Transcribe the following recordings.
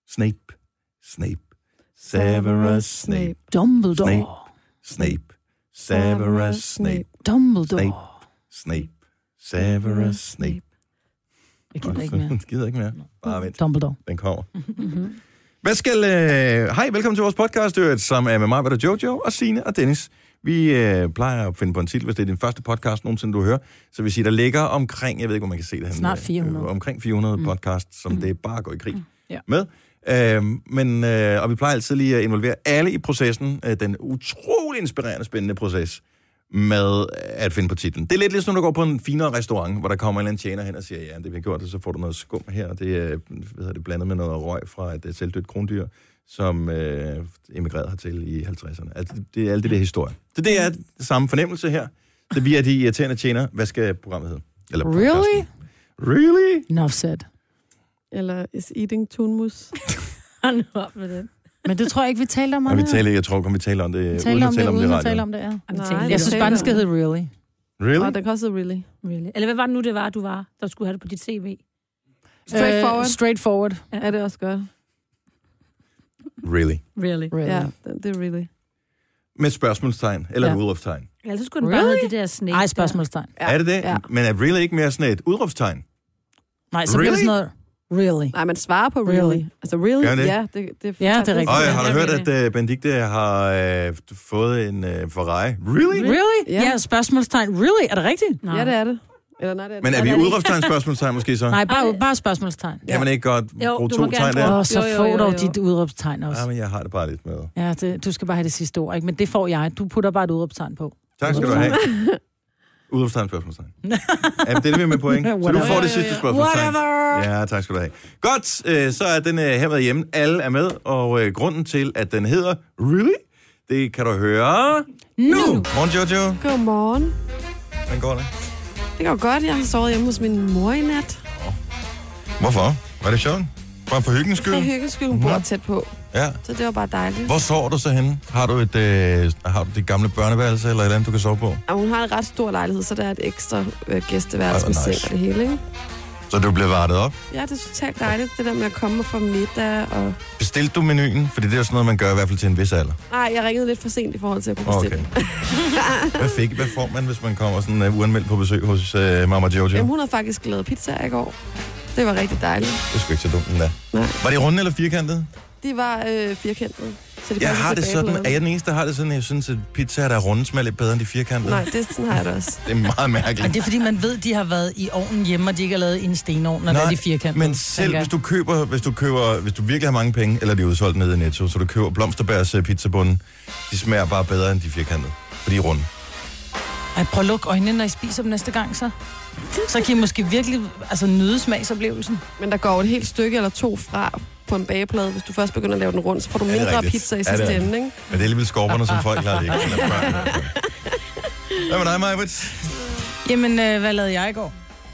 Snape. Severus Snape. Dumbledore. Snape. Severus Snape. Dumbledore. Snape. Severus Snape. Jeg gider ikke mere. Jeg gider ikke mere. Bare vent. Dumbledore. Den kommer. Hvad skal... Hej, velkommen til vores podcast, som er med mig, hvad der Jojo, og Signe og Dennis. Vi plejer at finde på en titel, hvis det er din første podcast nogensinde, du hører. Så vi siger, der ligger omkring, jeg ved ikke, om man kan se det her. Snart 400. Omkring 400 podcast, som det bare går i krig med. Og vi plejer altid lige at involvere alle i processen, den utrolig inspirerende, spændende proces med at finde på titlen. Det er lidt ligesom, når du går på en finere restaurant, hvor der kommer en eller anden tjener hen og siger, ja, det vi har gjort, og så får du noget skum her, og det er blandet med noget røg fra et selvdødt krondyr, som emigrerede hertil i 50'erne. Altså, det er alt det der historie. Så det er det samme fornemmelse her. Så vi er de irriterende tjener. Hvad skal programmet hedde? Eller Really? Really? Enough said. Eller is eating tunmus. Han op med det. Men det tror jeg ikke, vi taler om. Jeg tror, vi taler om det, uden at tale om det i radioen. Nej, Jeg synes bare, det skal hedde Really. Really? Og den kan også hedde Really. Eller hvad var det nu, der skulle have det på dit CV? Straightforward. Ja. Er det også godt? Really. Ja, det er really. Med spørgsmålstegn, eller et udråbstegn. Eller så skulle den bare hedde det der snake. Ej, spørgsmålstegn. Ja. Er det det? Ja. Men er really ikke mere sådan et udråbstegn? Nej, så bliver det sådan noget Really. Nej, man svarer på really. Altså really, det? ja, det Ja, det er rigtigt. Har du hørt, at Benedikte har fået en Ferrari? Really? Ja. Ja, spørgsmålstegn. Really? Er det rigtigt? Ja, det er det. Eller nej, det er det. Men er vi udråbstegn spørgsmålstegn måske så? Nej, bare spørgsmålstegn. Kan man ikke godt bruge du 2 må tegn gerne der? Så få dog dit udråbstegn også. Ja, men jeg har det bare lidt med. Ja, du skal bare have det sidste ord, ikke? Men det får jeg. Du putter bare et udråbstegn på. Tak skal du have. Udråbstegn spørgsmålstegn. Ja, det er det, vi er med på, ikke? Så du får det sidste spørgsmålstegn. Ja, tak skal du have. Godt, så er den her med hjemme. Alle er med, og grunden til, at den hedder Really, det kan du høre nu. Morgen, Jojo. Godmorgen. Hvordan går det? Det går godt. Jeg har sovet hjemme hos min mor i nat. Hvorfor? Var det sjovt? Bare for hyggens skyld? For hyggens skyld, hun bor tæt på. Ja. Så det var bare dejligt. Hvor sover du så henne? Har du det gamle børneværelse eller et eller andet, du kan sove på? Og hun har en ret stor lejlighed, så der er et ekstra gæsteværelse med seng og det hele, ikke? Så du blev vartet op? Ja, det er totalt dejligt, det der med at komme og få middag og... Bestilte du menuen? Fordi det er sådan noget, man gør i hvert fald til en vis alder. Nej, jeg ringede lidt for sent i forhold til at kunne bestille. Okay. Hvad får man, hvis man kommer sådan uanmeldt på besøg hos Mama Jojo? Jamen, hun havde faktisk lavet pizza i går. Det var rigtig dejligt. Det er sgu ikke så dumt, endda. Nej. Var det runde eller firkantede? De var firkantede. Jeg har det sådan, er jeg den eneste, der har det sådan, jeg synes, at pizzaer, der er runde, smager lidt bedre end de firkantede? Nej, sådan har jeg det også. Det er meget mærkeligt. Men det er fordi, man ved, de har været i ovnen hjemme, og de ikke har lavet i en stenovn, når det er de firkantede. Men selv hvis du virkelig har mange penge, eller de er udsolgt nede i Netto, så du køber blomsterbærs pizzabunden, de smager bare bedre end de firkantede, for de er runde. Ej, prøv at lukke øjnene, når I spiser dem næste gang, så. Så kan I måske virkelig nyde smagsoplevelsen. Men der går et helt stykke eller 2 fra på en bageplade. Hvis du først begynder at lave den rundt, så får du mindre pizza i sidste ende, ikke? Men det er alligevel skorperne, som folk klarer det ikke. Hvad med dig, Majbrit? Jamen, hvad lavede jeg i går?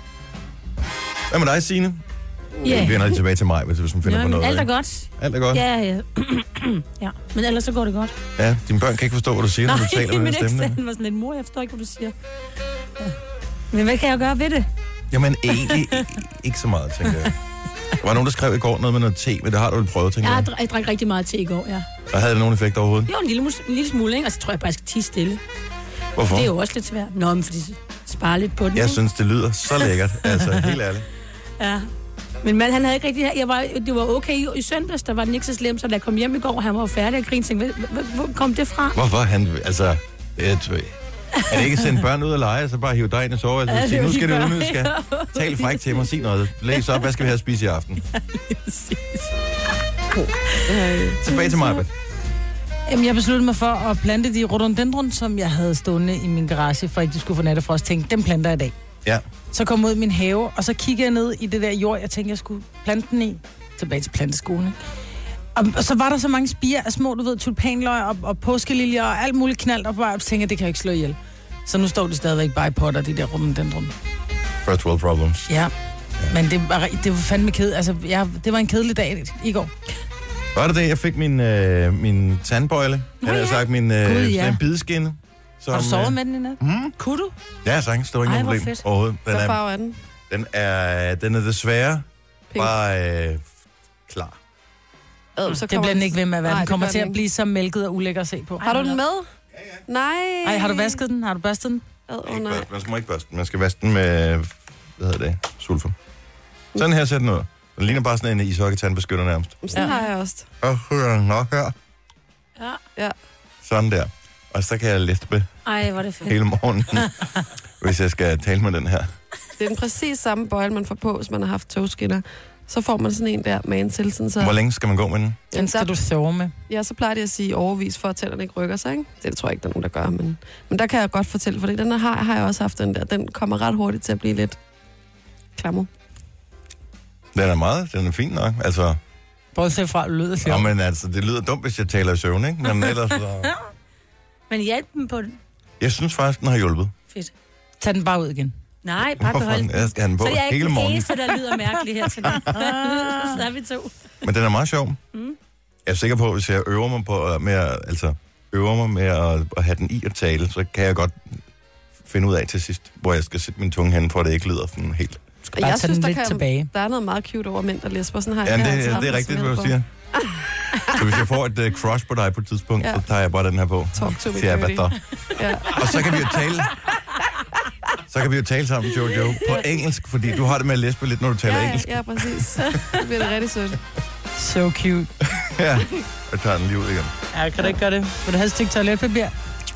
Hvad med dig, Signe? Ja. Vi vender lige tilbage til mig, hvis hun finder på noget. Alt er godt. Alt er godt? Ja. Ja, men ellers så går det godt. Ja, dine børn kan ikke forstå, hvad du siger, når du taler med den stemme. Nej, min var sådan lidt, mor, jeg forstår ikke, hvad du siger. Ja. Men hvad kan jeg gøre ved det? Jamen, egentlig ikke så meget, tænker jeg. Der var nogen, der skrev i går noget med noget te, men det har du vel prøvet, tænker jeg. Jeg drak rigtig meget te i går, ja. Og havde det nogen effekt overhovedet? Jo, en lille smule, ikke? Og så tror jeg bare, jeg skal tie stille. Hvorfor? Det er jo også lidt svært. Nå, men fordi spare lidt på den. Jeg synes, det lyder så lækkert, altså helt ærligt. Ja. Men han havde ikke rigtig... Det var okay i søndags, der var den ikke så slem, så da jeg kom hjem i går, han var færdig og grinede, tænkte, hvor kom det fra? Hvorfor? Er det ikke sendt børn ud og lege, så bare hive dig ind i soveværelset og sige, nu skal det ud, nu skal tale frækt til mig, sig noget. Læs op, hvad skal vi have at spise i aften? Tilbage til mig. Jamen, jeg besluttede mig for at plante de rhododendron, som jeg havde stående i min garage, for ikke de skulle få nattefrost. Tænkte, dem planter jeg i dag. Ja. Så kom jeg ud i min have, og så kiggede jeg ned i det der jord, jeg tænkte, jeg skulle plante den i. Tilbage til planteskolen. Og så var der så mange spirer af små, du ved, tulpanløg og påskeliljer og alt muligt knald op, og jeg tænkte, det kan jeg ikke slå ihjel. Så nu står det stadigvæk bare i potter, de der rhododendron. First world problems. Ja. Men det var fandme kedeligt. Altså, det var en kedelig dag i går. Var det det, jeg fik min tandbøjle? Jeg har sagt min en bideskinne. Har du sovet med den i nat? Kunne du? Ja, sagtens. Det var ikke noget problem overhovedet. Hvad farve er den? Den er desværre Pink. bare klar. Så det bliver den ikke ved med at være. Den kommer til at blive så mælket og ulækker at se på. Har du den med? Ja. Nej. Ej, har du vasket den? Har du børstet den? Man skal ikke børste den. Man skal vaske den med, hvad hedder det, sulfur. Sådan her ser den ud. Den ligner bare sådan en ishockey-tandbeskytter nærmest. Sådan har jeg også. Og nok her. Ja. Sådan der. Og så kan jeg lispe Ej, hvor er det fedt. hele morgenen, hvis jeg skal tale med den her. Det er den præcis samme bøjle, man får på, hvis man har haft togskinner. Så får man sådan en der med en til. Sådan så... Hvor længe skal man gå med den? Den skal du sove med. Ja, så plejer de at sige overvis, for at tænderne ikke rykker sig, ikke? Det tror jeg ikke, der er nogen, der gør, men der kan jeg godt fortælle, for den har jeg også haft den der. Den kommer ret hurtigt til at blive lidt klammer. Den er fin nok, altså... Bortset fra, lyder sjovt. Men altså, det lyder dumt, hvis jeg taler i søvn, ikke? Men ellers så... Men hjælp dem på den. Jeg synes faktisk, den har hjulpet. Fedt. Tag den bare ud igen. Nej, bare behold den. Jeg skal have den på så jeg er ikke hele den morgen. eneste, der lyder mærkeligt her til dig. Så er vi to. Men den er meget sjov. Jeg er sikker på, at hvis jeg øver mig med at have den i at tale, så kan jeg godt finde ud af til sidst, hvor jeg skal sætte min tunge hen, for at det ikke lyder sådan helt. Bare jeg synes, der er noget meget cute over mænd, der læser sådan her. Ja, det er rigtigt, hvad du siger. Så hvis jeg får et crush på dig på et tidspunkt, så tager jeg bare den her på. Talk to me, ja. Og så kan vi jo tale sammen, Jojo, på engelsk, fordi du har det med at læse lidt, når du taler engelsk. Ja, præcis. Det bliver det rigtig sødt. So cute. Ja, jeg tager den lige ud igen. Ja, kan du ikke gøre det? Vil du have et stykke toiletpapir?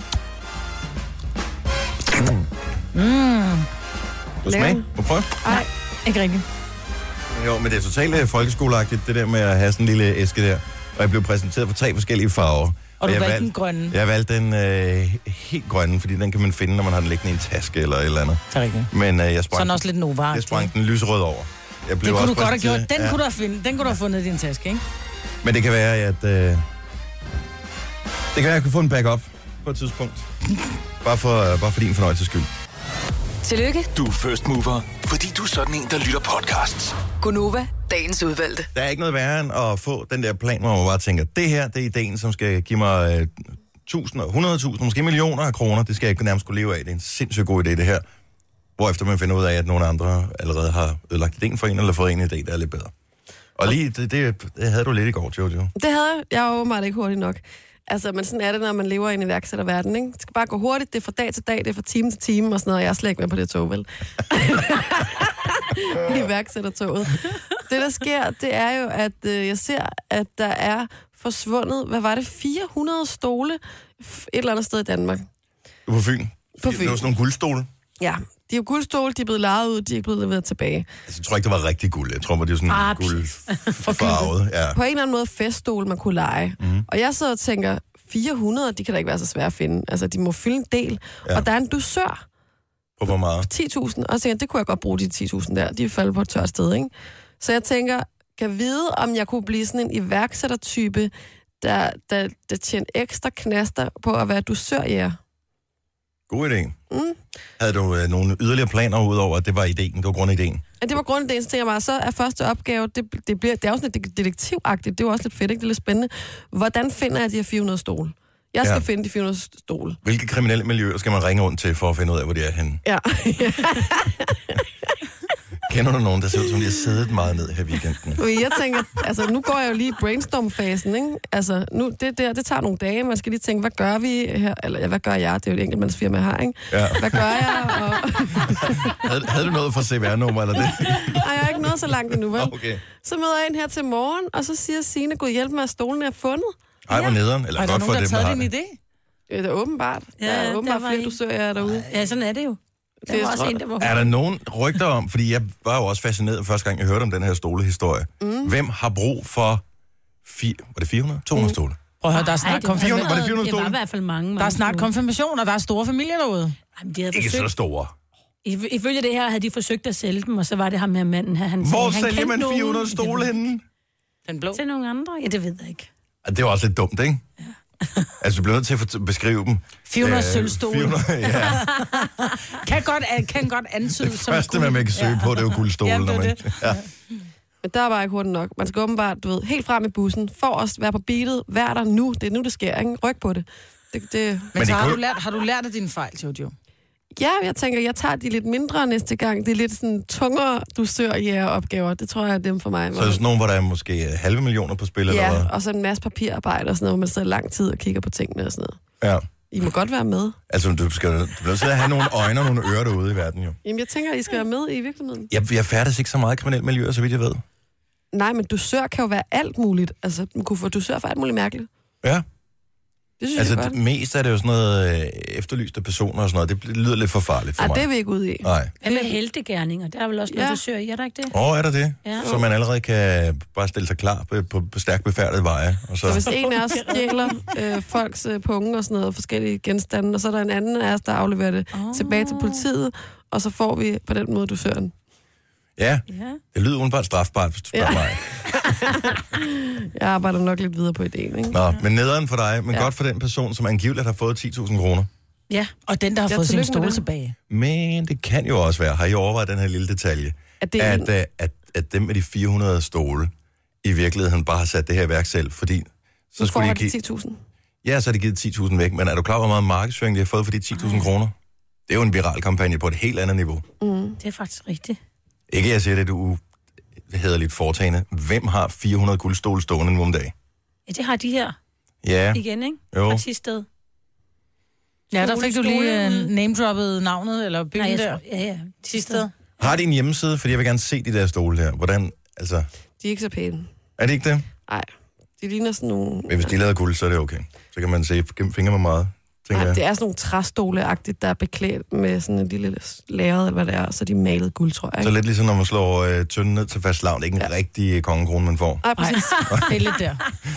Smag? Prøv. Nej, ikke rigtigt. Jo, men det er totalt folkeskoleagtigt, det der med at have sådan en lille æske der. Og jeg blev præsenteret for 3 forskellige farver. Og du valgte den grønne? Jeg valgte den helt grønne, fordi den kan man finde, når man har den liggende i en taske eller et eller andet. Det er rigtigt. Men jeg sprang, sådan også lidt Nova. Jeg sprang den lyserød over. Jeg blev det kunne også du godt have gjort. Den kunne du have fundet i din taske, ikke? Men det kan være, at... det kan være, at jeg kan få en backup på et tidspunkt. Bare for din fornøjelses skyld. Tillykke. Du er first mover, fordi du er sådan en, der lytter podcasts. Gunova, dagens udvalgte. Der er ikke noget værre end at få den der plan, hvor man bare tænker, det her, det er ideen, som skal give mig 1.000, 100.000, måske millioner af kroner. Det skal jeg nærmest kunne leve af. Det er en sindssygt god idé, det her. Hvorefter man finder ud af, at nogle andre allerede har ødelagt ideen for en, eller fået en idé, der er lidt bedre. Og lige, det havde du lidt i går, Jojo. Det havde jeg jo åbenbart ikke hurtigt nok. Altså, men sådan er det, når man lever i en iværksætterverden, ikke? Det skal bare gå hurtigt, det er fra dag til dag, det er fra time til time og sådan noget, jeg er slet ikke med på det tog, vel? Iværksættertoget. Det, der sker, det er jo, at jeg ser, at der er forsvundet, hvad var det, 400 stole et eller andet sted i Danmark. Du er på Fyn? På Fyn. Det var sådan nogle guldstole? Ja, de er jo guldstole, de er blevet lejet ud, de er ikke blevet leveret tilbage. Altså, jeg tror ikke, det var rigtig guld. Jeg tror, det var sådan guldfarvet. Ja. På en eller anden måde feststole, man kunne lege. Og jeg sidder og tænker, 400, de kan da ikke være så svære at finde. Altså, de må fylde en del. Ja. Og der er en dusør. På hvor meget? 10.000. Og jeg tænker, det kunne jeg godt bruge, de 10.000 der. De er faldet på et tørt sted, ikke? Så jeg tænker, kan vide, om jeg kunne blive sådan en iværksættertype, der tjente ekstra knaster på at være dusørjæger. God idé. Havde du nogle yderligere planer udover, at det var ideen? Det var grundideen? Ja, det var grundideen, så tænker jeg mig, så er første opgave, det er jo sådan lidt detektivagtigt, det er jo også lidt fedt, ikke? Det er lidt spændende. Hvordan finder jeg de her 400 stole? Jeg skal finde de 400 stole. Hvilke kriminelle miljøer skal man ringe rundt til, for at finde ud af, hvor de er henne? Ja. Kender du nogen, der ser ud som, de har siddet meget ned her i weekenden? Jeg tænker, altså nu går jeg jo lige i brainstorm-fasen, ikke? Altså nu, det tager nogle dage, man skal lige tænke, hvad gør vi her? Eller hvad gør jeg? Det er jo et enkeltmandsfirma, jeg har, ikke? Ja. Hvad gør jeg? Og... havde du noget for CVR-nummer eller det? Nej, jeg har ikke nået så langt endnu, vel? Okay. Så møder jeg ind her til morgen, og så siger Signe, Gud hjælp mig, at stolen er fundet. Ej, hvor nederen. Eller godt for dem, der har det. Ja, det er åbenbart. Ja, der er åbenbart flere, du søger derude. Ja, sådan er det jo. Det er også en, er der nogen rygter om, fordi jeg var jo også fascineret første gang, jeg hørte om den her stolehistorie. Hvem har brug for var det 400? 200 stole? Prøv at høre, der er snart konfirmation. Var det 400 Det stole? var i hvert fald mange. Der er snart konfirmation, og der er store familier derude. Jamen, de havde Ikke forsøgt, så store. ifølge det her havde de forsøgt at sælge dem, og så var det ham her manden her. Hvor sælger man 400 stole henne? Den blå. Til nogle andre? Ja, det ved jeg ikke. Det var også lidt dumt, ikke? Ja. Altså, du bliver nødt til at beskrive dem. 400 sølvstole. 400, ja. kan godt antyde det første, man kan søge på, det er jo guldstole. Ja, når man, ja. Men der er bare ikke hurtigt nok. Man skal åbenbart, du ved, helt frem i bussen, for at være på beatet, vær der nu. Det er nu, det sker, ikke? Ryk på det. Men så har du lært af dine fejl, Jojo? Ja, jeg tænker, jeg tager de lidt mindre næste gang. Det er lidt sådan tungere dusør-opgaver. Det tror jeg er dem for mig. Så er det sådan nogle, hvor der er måske 500.000 på spil, eller hvad? Ja, og så en masse papirarbejde og sådan noget, hvor man sidder lang tid og kigger på tingene og sådan noget. Ja. I må godt være med. Altså, du bliver til at have nogle øjne og nogle ører derude i verden, jo. Jamen, jeg tænker, I skal være med i virkeligheden. Jeg færdes ikke så meget i kriminelt miljø, så vidt jeg ved. Nej, men dusør kan jo være alt muligt. Altså, man kunne få dusør for alt muligt mærkeligt. Ja. Det synes Altså, jeg godt. mest er det jo sådan noget efterlyste personer og sådan noget. Det lyder lidt for farligt for mig. Det er vi ikke ude i. Nej. Eller heltegærninger. Der er vel også noget, der søger i, er der ikke det? Er der det? Ja. Så man allerede kan bare stille sig klar på stærkt befærdede veje. Og Så hvis en af os stjæler folks punge og sådan noget, forskellige genstande, og så er der en anden af os, der afleverer det tilbage til politiet, og så får vi på den måde dusøren. Ja, det lyder udenbart strafbart, hvis du spørger mig. Jeg arbejder nok lidt videre på ideen, ikke? Nå, men nederen for dig, men godt for den person, som angiveligt har fået 10.000 kroner. Ja, og den, der har fået sin stole tilbage. Men det kan jo også være, har I overvejet den her lille detalje, at dem med de 400 stole i virkeligheden bare har sat det her i værk selv, fordi så skulle de give 10.000. Ja, så har de givet 10.000 væk, men er du klar over, hvor meget markedsføring de har fået for de 10.000 kroner? Det er jo en viral kampagne på et helt andet niveau. Det er faktisk rigtigt. Ikke jeg siger det, du hedder lidt foretagende. Hvem har 400 guldstole stående nu om dagen? Ja, det har de her Ja. igen, ikke? Jo. Partisted. Ja, der fik du lige name-droppet navnet, eller byen der. Ja. Tisted. Har de en hjemmeside? Fordi jeg vil gerne se de der stole her. Hvordan, altså... De er ikke så pæne. Er det ikke det? Nej, de ligner sådan nogle... Men hvis de er lavet guld, så er det okay. Så kan man se gennem fingre med meget. Nej, det er sådan nogle træstole-agtigt, der er beklædt med sådan en lille lærred, eller hvad det er, og så er de malet guld, tror jeg. Så lidt ligesom når man slår tynden ned til fast lavn. Det er ikke en rigtig kongekrone, man får. Nej, præcis. Det er lidt der.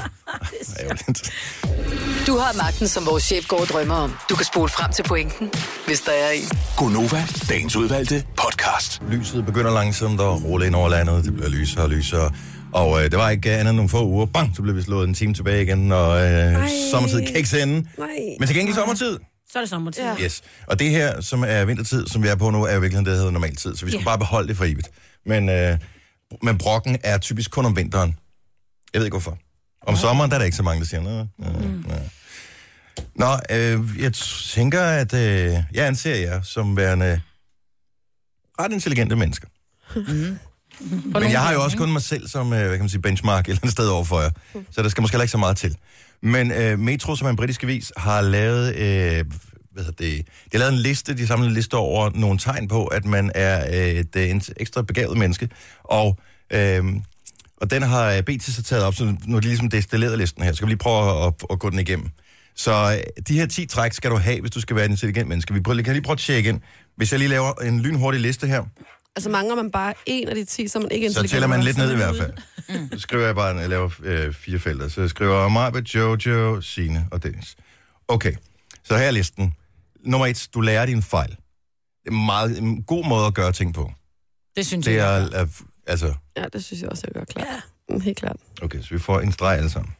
Du har magten, som vores chef går og drømmer om. Du kan spole frem til pointen, hvis der er en. Gonova, dagens udvalgte podcast. Lyset begynder langsomt at rulle ind over landet. Det bliver lysere og lysere. Og det var ikke andet end nogle få uger. Bang, så blev vi slået en time tilbage igen, og sommertid kan ikke sende. Men til gengæld sommertid. Så er det sommertid. Ja. Yes. Og det her, som er vintertid, som vi er på nu, er jo virkelig det, der hedder normaltid. Så vi skal bare beholde det for evigt. Men brokken er typisk kun om vinteren. Jeg ved ikke hvorfor. Om sommeren, der er der ikke så mange, der siger noget. Nå, jeg tænker, at jeg anser jer som værende ret intelligente mennesker. Men jeg har jo også kun mig selv som hvad kan man sige, benchmark et eller andet sted overfor jer. Så der skal måske heller ikke så meget til. Men Metro, som er en britisk avis, har lavet, de har lavet en liste, de samlede en liste over nogle tegn på, at man er et ekstra begavet menneske. Og den har BT så taget op, så nu er det ligesom destilleret listen her. Så skal vi lige prøve at gå den igennem. Så de her 10 træk skal du have, hvis du skal være en intelligent menneske. Vi kan lige prøve at tjekke ind. Hvis jeg lige laver en lynhurtig liste her. Altså mangler man bare en af de 10, så man ikke intelligent. Så tæller man lidt ned i hvert fald. Så skriver jeg bare, jeg laver 4 felter. Så jeg skriver Marbet, Jojo, Signe og Dennis. Okay, så her er listen. Nummer 1, du lærer din fejl. Det er en god måde at gøre ting på. Det synes det jeg. Altså... Ja, det synes jeg også, jeg gør klart. Ja. Helt klart. Okay, så vi får en streg alle sammen.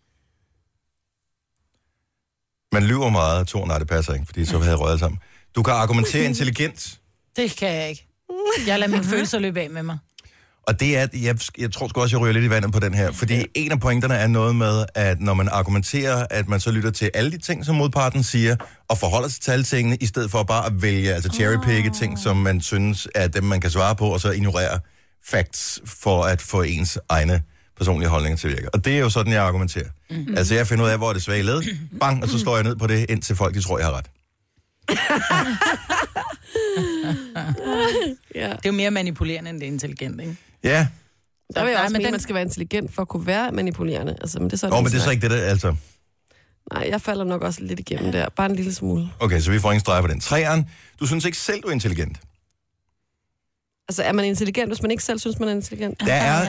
Man lyver meget, Tor, nej, det passer ikke, fordi så havde jeg røget alle sammen. Du kan argumentere intelligent. Det kan jeg ikke. Jeg lader mine følelser løbe af med mig. Og det er, jeg tror sgu også, jeg ryger lidt i vandet på den her, fordi en af pointerne er noget med, at når man argumenterer, at man så lytter til alle de ting, som modparten siger, og forholder sig til alle tingene, i stedet for bare at vælge, altså cherrypicke ting, som man synes er dem, man kan svare på, og så ignorere facts for at få ens egne personlige holdninger til at virke. Og det er jo sådan, jeg argumenterer. Mm-hmm. Altså, jeg finder ud af, hvor det svage led, bang, og så slår jeg ned på det, indtil folk, de tror, jeg har ret. Ja. Det er jo mere manipulerende, end det er intelligent, ikke? Ja. Der vil jeg også mene, at man skal være intelligent for at kunne være manipulerende. Altså, men det er sådan, men det er så ikke det der, altså. Nej, jeg falder nok også lidt igennem der. Bare en lille smule. Okay, så vi får ingen streg på den. 3'eren, du synes ikke selv, du er intelligent? Altså, er man intelligent, hvis man ikke selv synes, man er intelligent? Der er...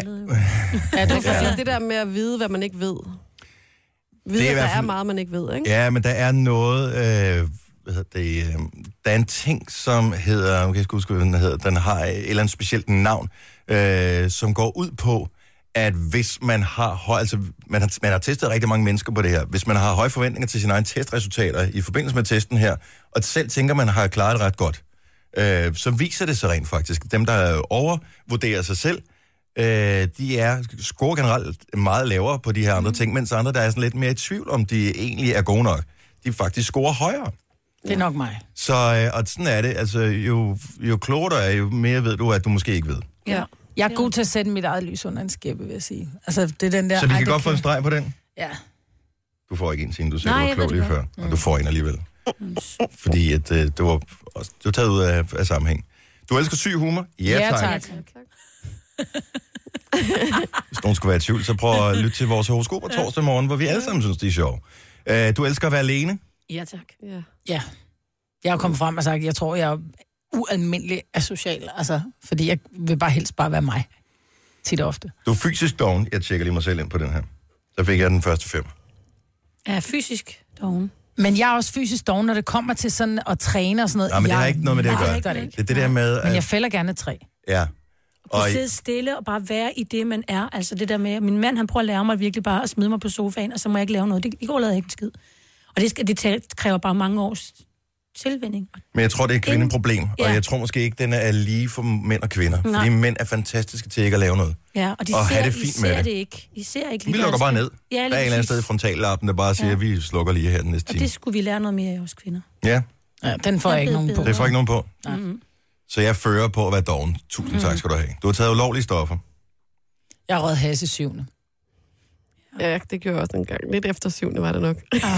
Det der med at vide, hvad man ikke ved. Vide, at der er meget, man ikke ved, ikke? Ja, men der er noget... der er en ting, som hedder... Okay, jeg skal huske, hvad den hedder. Den har et eller andet specielt navn, som går ud på, at hvis man har altså man har testet rigtig mange mennesker på det her. Hvis man har høje forventninger til sine egne testresultater i forbindelse med testen her, og selv tænker, man har klaret det ret godt, så viser det sig rent faktisk. Dem, der overvurderer sig selv, de scorer generelt meget lavere på de her andre ting, mens andre, der er sådan lidt mere i tvivl, om de egentlig er gode nok. De faktisk scorer højere. Det er nok mig. Så, og sådan er det. Altså, jo klogere du er, jo mere ved du, at du måske ikke ved. Ja. Jeg er god til at sætte mit eget lys under en skæppe, vil jeg sige. Altså, det er den der... Så vi kan godt få en streg på den? Ja. Du får ikke en, siden du selv var klog lige før. Og du får en alligevel. Fordi at, det var taget ud af sammenhæng. Du elsker syg humor? Ja, tak. Hvis nogen skulle være i tvivl, så prøv at lytte til vores horoskoper torsdag morgen, hvor vi alle sammen synes, det er sjovt. Du elsker at være alene? Ja, tak. Ja. Jeg har kommet frem og sagt, jeg tror, jeg er ualmindelig asocial. Altså, fordi jeg vil bare helst bare være mig. Tit og ofte. Du er fysisk doven. Jeg tjekker lige mig selv ind på den her. Der fik jeg den første 5. Ja, fysisk doven. Men jeg er også fysisk doven, når det kommer til sådan at træne og sådan noget. Nej, men det har ikke noget med det at gøre. Det gør det ikke. Det er det der med... At... Men jeg fælder gerne 3. Ja. Og sidde stille og bare være i det, man er. Altså det der med, min mand, han prøver at lære mig virkelig bare at smide mig på sofaen, og så må jeg ikke lave noget. I går lavede jeg ikke en skid. Og det kræver bare mange års tilvænning. Men jeg tror, det er et kvindeproblem, og jeg tror måske ikke, den er lige for mænd og kvinder. Nej. Fordi mænd er fantastiske til ikke at lave noget. Ja, og de have det fint med det. Ikke. De ser ikke lige. Vi lukker bare ned. Ja, der er en eller anden sted i frontallappen, der bare siger, at vi slukker lige her den næste time. Og det skulle vi lære noget mere af os kvinder. Ja. Ja, den får jeg ikke nogen på. Det får ikke nogen på? Mm-hmm. Så jeg fører på at være doven. Tusind tak skal du have. Du har taget ulovlige stoffer. Jeg har røget has i 7. Ja, det gjorde jeg også en gang. Lidt efter 7. var det nok.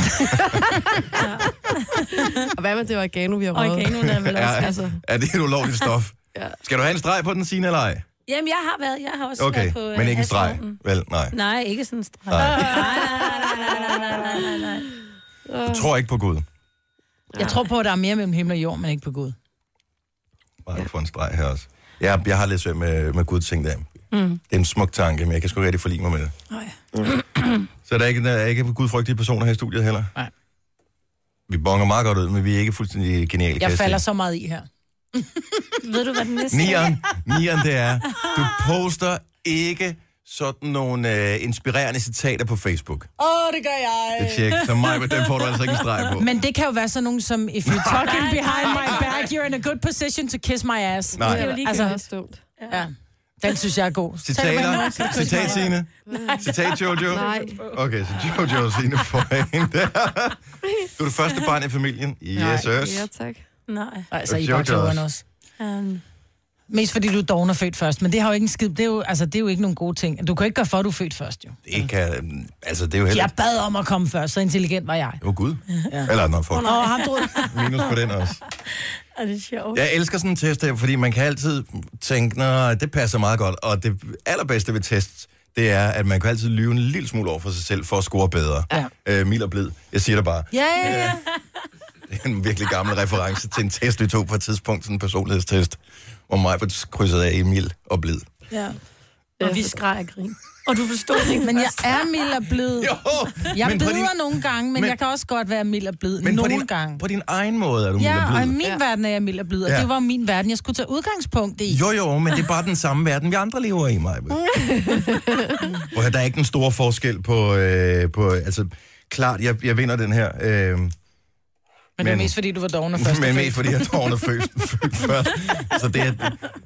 Og hvad med det oregano, vi har røget? Oregano, der er vel også. Altså. Er det et ulovligt stof? Ja. Skal du have en streg på den, Signe, eller ej? Jamen, jeg har også været på... Men ikke en streg? Vel, nej. Nej, ikke sådan en streg. Nej. Du tror ikke på Gud? Jeg tror på, at der er mere mellem himmel og jord, men ikke på Gud. Bare få en streg her også. Jeg har lidt svært med Guds ting der. Det er en smuk tanke, men jeg kan sgu rigtig forlige mig med det. Så der er ikke gudfrygtige personer her i studiet heller? Nej. Vi bonger meget godt ud, men vi er ikke fuldstændig geniale. Jeg falder så meget i her. Ved du, hvad den næste Nieren, det er, du poster ikke sådan nogle inspirerende citater på Facebook. Det gør jeg. Det tjek. Så mig, den får du altså ikke en streg på. Men det kan jo være sådan nogen som, if you're talking behind my back, you're in a good position to kiss my ass. Nej. Det er jo lige altså, dumt. Ja. Den synes jeg er god. Citater? Citat, Signe? Citat, Jojo? Nej. Okay, så Jojo og Signe får en der. Du er det første barn i familien. Yes, Ja, tak. Nej. Altså, I er bare klogere end os. Mest fordi du er doven og født først, men det har jo ikke en skid. Det er jo ikke nogen gode ting. Du kan ikke gøre for, at du er født først, jo. Det kan... Altså, det er jo heller... Jeg bad om at komme først, så intelligent var jeg. Gud. Ja. Eller noget folk. Ham troede. Minus på den også. Det er sjovt. Jeg elsker sådan en test her, fordi man kan altid tænke, nej, det passer meget godt. Og det allerbedste ved test, det er, at man kan altid lyve en lille smule over for sig selv, for at score bedre. Ja. Mild og blid. Jeg siger det bare. Ja. Det er en virkelig gammel reference til en test, vi tog på et tidspunkt, sådan en personlighedstest, hvor mig var krydset af i mild og blid. Ja. Og vi skreg af grin. Og du forstod det ikke. Men jeg er mild og blid. Jo, jeg bider nogle gange, men jeg kan også godt være mild og blid nogle gange. På din egen måde er du mild og blid. Ja, og i min verden er jeg mild og blid, og det var min verden, jeg skulle tage udgangspunkt i. Jo, men det er bare den samme verden, vi andre lever i, mig. Der er ikke en stor forskel på altså, klart, jeg vinder den her. Men det er mest fordi, du var doven og først. Men mest fordi, jeg var doven og født først. Så det er...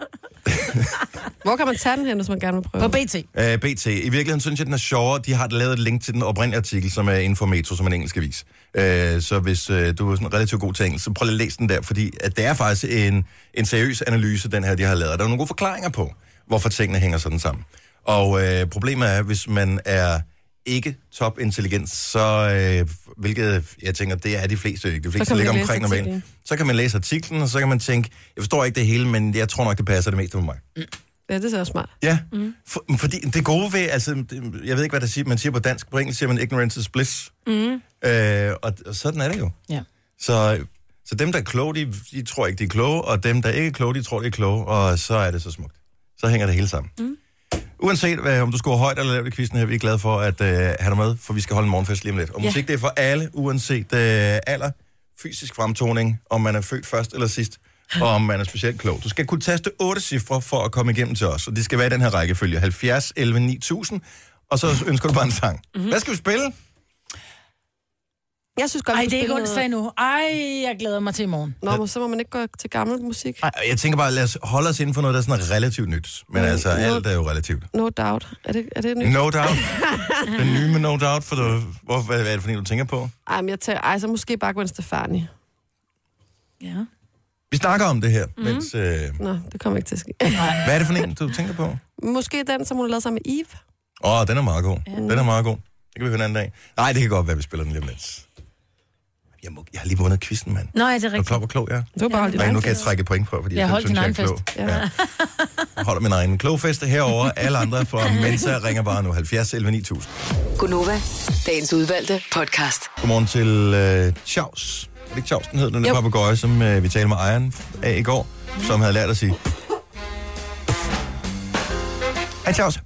Hvor kan man tage den hen, hvis man gerne vil prøve? På BT. BT. I virkeligheden synes jeg, den er sjovere. De har lavet et link til den oprindelige artikel, som er inden for Metro, som en engelsk avis. Så hvis du er sådan relativt god til engelsk, så prøv at læse den der, fordi at det er faktisk en seriøs analyse, den her, de har lavet. Der er nogle gode forklaringer på, hvorfor tingene hænger sådan sammen. Og problemet er, hvis man er ikke topintelligent, så hvilket jeg tænker, det er de fleste ikke. De fleste ligger omkring normalt. Så kan man læse artiklen, og så kan man tænke, jeg forstår ikke det hele, men jeg tror nok, det passer det meste for mig. Ja, det er så smart. Ja, fordi det gode ved, altså, jeg ved ikke, hvad der siger, man siger på dansk, på engelsk siger man ignorance is bliss. Og sådan er det jo. Ja. Så dem, der er kloge, de tror ikke, de er kloge, og dem, der ikke er kloge, de tror, de er kloge, og så er det så smukt. Så hænger det hele sammen. Uanset om du scorer højt eller lavt i quizzen her, vi er glade for at have dig med, for vi skal holde en morgenfest lige om lidt. Og musik, det er for alle, uanset alder, fysisk fremtoning, om man er født først eller sidst, og om man er specielt klog. Du skal kunne taste 8 cifre for at komme igennem til os, og det skal være i den her rækkefølge. 70, 11, 9000, og så ønsker du bare en sang. Hvad skal vi spille? Jeg synes godt, det er ikke onsdag nu. Jeg glæder mig til i morgen. Nå, så må man ikke gå til gammel musik. Jeg tænker bare, lad os holde os inden for noget, der er sådan relativt nyt. Men alt er jo relativt. No Doubt. Er det nyt? No Doubt? Den nye med No Doubt, hvad er det for en, du tænker på? Men så måske bare Gwen Stefani. Ja. Vi snakker om det her, mens... Nå, det kommer ikke til at ske. Hvad er det for en, du tænker på? Måske den, som hun har lavet sammen med Eve. Den er meget god. Den er meget god. Det kan vi høre en anden dag. Nej, det kan godt være, at vi spiller den lige om lidt. Jeg har lige vundet quizzen, mand. Nå, er det rigtigt? Hvor klog jeg er. Du har bare holdt din Nej, egen nu kan jeg fest. trække point på, fordi Jeg jeg holdt synes, din jeg er egen klog. fest. Ja. Jeg holder min egen klogfest herover. Alle andre fra Mensa ringer bare nu 70 11 9000. Gunova, dagens udvalgte podcast. Godmorgen til Chaus. Er det ikke Chaus, den hed, den der papegøje, som vi talte med ejeren af i går, som havde lært at sige... Hej Chaus.